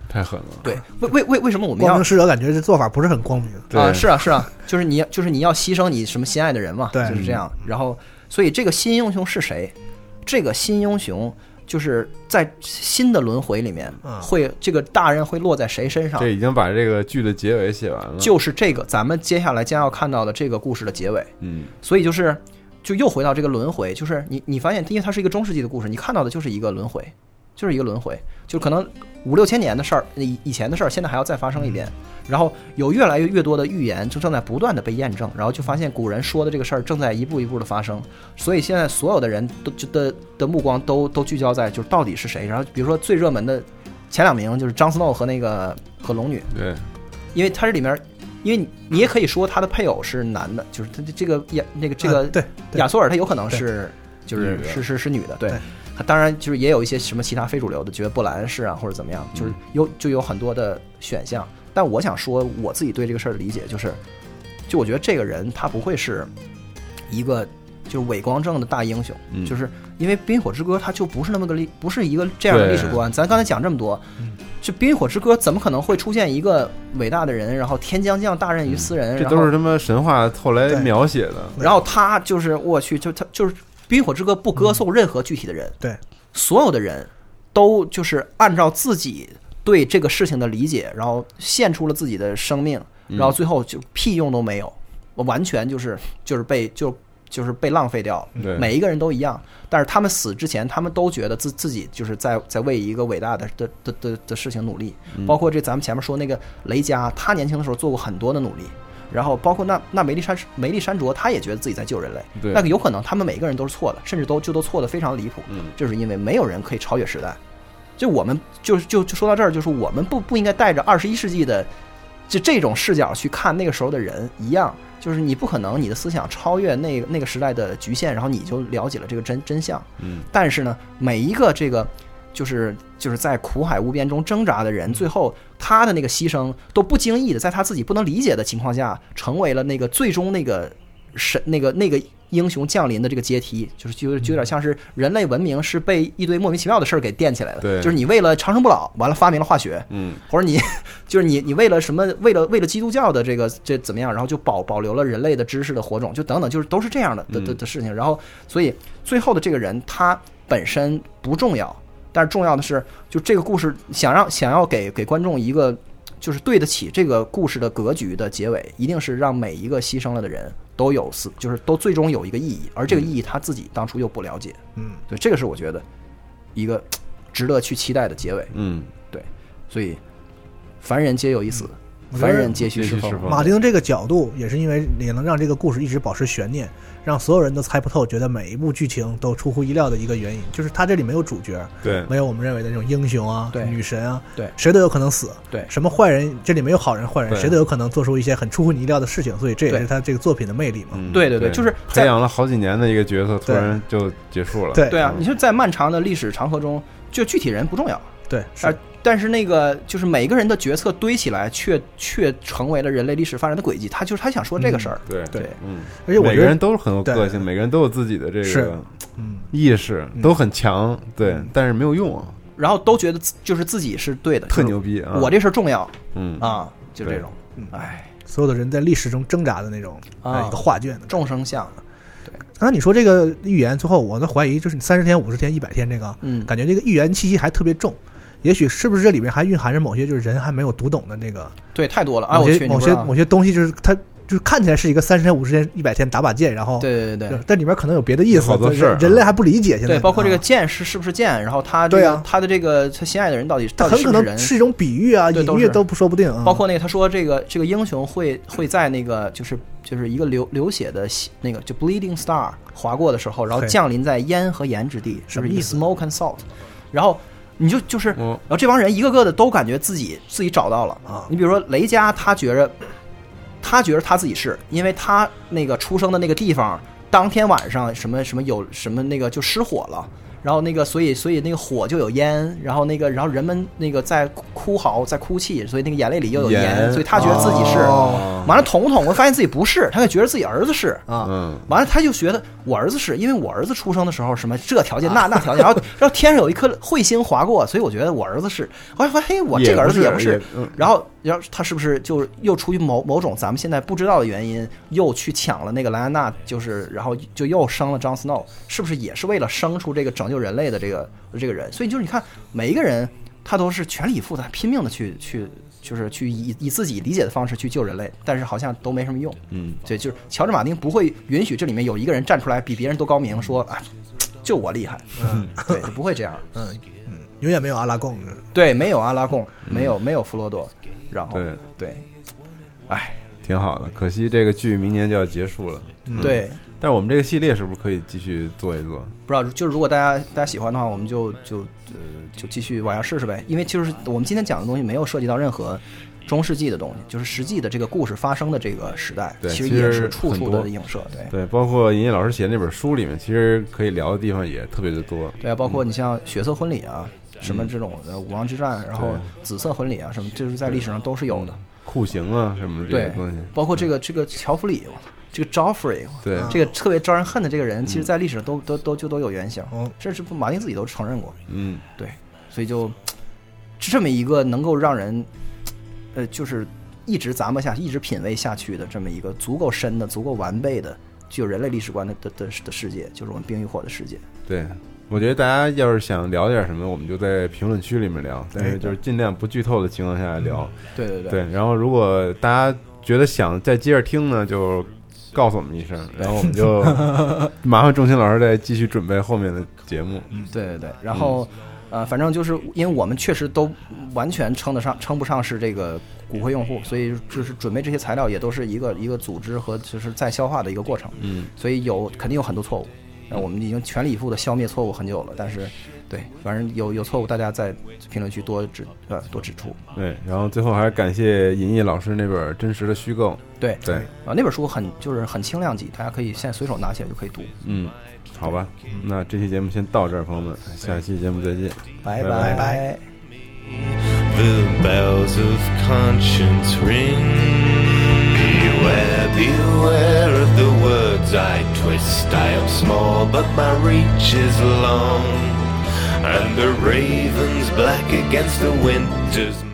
太狠了。 对，为什么我们要光明使者？感觉这做法不是很光明啊？是啊，就是你要牺牲你什么心爱的人嘛， 对， 就是这样。然后，所以这个新英雄是谁？这个新英雄就是在新的轮回里面会这个大任会落在谁身上？ 这已经把这个剧的结尾写完了， 就是这个咱们接下来将要看到的这个故事的结尾。所以就又回到这个轮回，就是你发现，因为它是一个中世纪的故事，你看到的就是一个轮回，就可能5、6千年的事儿，以前的事儿，现在还要再发生一遍。然后有越来越多的预言就正在不断的被验证，然后就发现古人说的这个事儿正在一步一步的发生。所以现在所有的人的目光都聚焦在就是到底是谁。然后比如说最热门的前2名就是张斯诺和和龙女， 对， 因为他这里面。因为你也可以说他的配偶是男的，就是他这个对亚索尔，他有可能是是女的，对。当然就是也有一些什么其他非主流的，觉得波兰是啊或者怎么样，就是有很多的选项。但我想说我自己对这个事儿的理解就我觉得这个人他不会是一个就是伪光正的大英雄，就是因为《冰与火之歌》它就不是不是一个这样的历史观。咱刚才讲这么多。这《冰与火之歌》怎么可能会出现一个伟大的人，然后天将降大任于斯人？ 这都是他妈神话后来描写的。 然后他就是我去，他就是《冰与火之歌》不歌颂任何具体的人， 对， 所有的人都就是按照自己对这个事情的理解，然后献出了自己的生命，然后最后就屁用都没有，完全就是被浪费掉了。每一个人都一样，但是他们死之前，他们都觉得自己就是在为一个伟大的事情努力。包括这咱们前面说那个雷佳，他年轻的时候做过很多的努力，然后包括那梅丽珊卓，他也觉得自己在救人类。那个有可能他们每个人都是错的，甚至都错的非常离谱。就是因为没有人可以超越时代。就我们就说到这儿，就是我们不应该带着21世纪的这种视角去看那个时候的人一样。就是你不可能你的思想超越那个时代的局限，然后你就了解了这个真相。但是呢，每一个这个就是在苦海无边中挣扎的人，最后他的那个牺牲都不经意的在他自己不能理解的情况下，成为了那个最终那个英雄降临的这个阶梯，就有点像是人类文明是被一堆莫名其妙的事儿给垫起来的。 对， 就是你为了长生不老，完了发明了化学，或者你为了什么，为了基督教的这怎么样，然后就保留了人类的知识的火种，就等等，就是都是这样的事情。然后，所以最后的这个人他本身不重要，但是重要的是，就这个故事想要给观众一个就是对得起这个故事的格局的结尾，一定是让每一个牺牲了的人都有就是都最终有一个意义，而这个意义他自己当初又不了解。对，这个是我觉得一个值得去期待的结尾。对，所以凡人皆有一死，凡人皆须是疯。 马丁这个角度也是因为也能让这个故事一直保持悬念，让所有人都猜不透，觉得每一部剧情都出乎意料的一个原因，就是他这里没有主角， 对， 没有我们认为的那种英雄啊、 对女神啊， 对， 谁都有可能死， 对， 什么坏人这里没有好人坏人，谁都有可能做出一些很出乎你意料的事情，所以这也是他这个作品的魅力嘛。 对，就是培养了好几年的一个角色，突然就结束了。 对啊，你说在漫长的历史长河中，就具体人不重要， 对， 但是那个就是每个人的决策堆起来，却成为了人类历史发展的轨迹。他想说这个事儿， 对， 而且我觉得每个人都是很有个性，每个人都有自己的这个意识，都很强，对，但是没有用啊。 然后都觉得就是自己是对的， 特牛逼啊！ 我这事儿重要，就这种， 所有的人在历史中挣扎的那种一个画卷的众生相。对， 刚才你说这个预言，最后我在怀疑，就是你30天、50天、100天这个，感觉这个预言气息还特别重。也许是不是这里面还蕴含着某些就是人还没有读懂的那个？ 对，太多了啊！ 某些东西就是它就是看起来是一个30天、50天、100天打把剑，然后对， 但里面可能有别的意思， 好多事人类还不理解。现在对，包括这个剑是不是剑，然后他他的这个他心爱的人到底是不是人， 很可能是一种比喻啊、隐喻都不说不定。 包括那个他说这个英雄会在那个就是一个流血的那个就 bleeding star 划过的时候，然后降临在烟和盐之地，是不是 smoke and salt？ 然后。你就是，然后这帮人一个个的都感觉自己找到了啊！你比如说雷佳，他觉着他自己是因为他那个出生的那个地方，当天晚上什么有什么那个就失火了， 然后那个所以那个火就有烟，然后人们那个在哭嚎在哭泣，所以那个眼泪里又有盐，所以他觉得自己是，完了捅我发现自己不是，他就觉得自己儿子是啊，完了他就觉得我儿子是因为我儿子出生的时候什么这条件那条件，然后天上有一颗彗星划过，所以我觉得我儿子是，后来发现我这个儿子也不是，然后他是不是就又出于某种咱们现在不知道的原因，又去抢了那个莱安娜，就是然后就又生了 Jon Snow， 是不是也是为了生出这个拯救人类的这个人？所以就是你看每一个人他都是全力以赴的拼命的去以自己理解的方式去救人类，但是好像都没什么用。对，就是乔治马丁不会允许这里面有一个人站出来比别人都高明，说啊就我厉害，对，就不会这样。 永远没有阿拉贡， 对，没有阿拉贡，没有弗罗多，然后对，哎， 挺好的。可惜这个剧明年就要结束了。 对， 但是我们这个系列是不是可以继续做一做？ 不知道，就是如果大家喜欢的话，我们就继续往下试试呗。因为就是我们今天讲的东西没有涉及到任何中世纪的东西，就是实际的这个故事发生的这个时代，其实也是处处的影射。 对，包括尹烨老师写的那本书里面，其实可以聊的地方也特别的多。 对啊，包括你像血色婚礼啊，什么这种武王之战，然后紫色婚礼啊，什么，就是在历史上都是有的。 酷刑啊，什么这些东西， 包括这个乔弗里，这个 Joffrey， 对， 这个特别招人恨的这个人，其实在历史上都有原型，这是马丁自己都承认过。对，所以就这么一个能够让人就是一直咂摸下去，一直品味下去的这么一个足够深的、足够完备的、具有人类历史观的世界，就是我们冰与火的世界。 对，我觉得大家要是想聊点什么，我们就在评论区里面聊，但是就是尽量不剧透的情况下聊。对。然后如果大家觉得想再接着听呢，就告诉我们一声，然后我们就麻烦仲卿老师再继续准备后面的节目。 对，然后反正就是因为我们确实都完全称不上是这个骨灰用户，所以就是准备这些材料也都是一个组织和就是再消化的一个过程。所以肯定有很多错误。我们已经全力以赴的消灭错误很久了，但是对，反正有错误，大家在评论区多指出。对， 然后最后还是感谢尹烨老师那本《真实的虚构》。 对那本书很轻量级，大家可以现在随手拿起来就可以读。 好吧，那这期节目先到这儿，朋友们，下期节目再见， 拜拜。 The bells of conscience ring. Beware of the words I twist. I am small, but my reach is long, and the raven's black against the winter's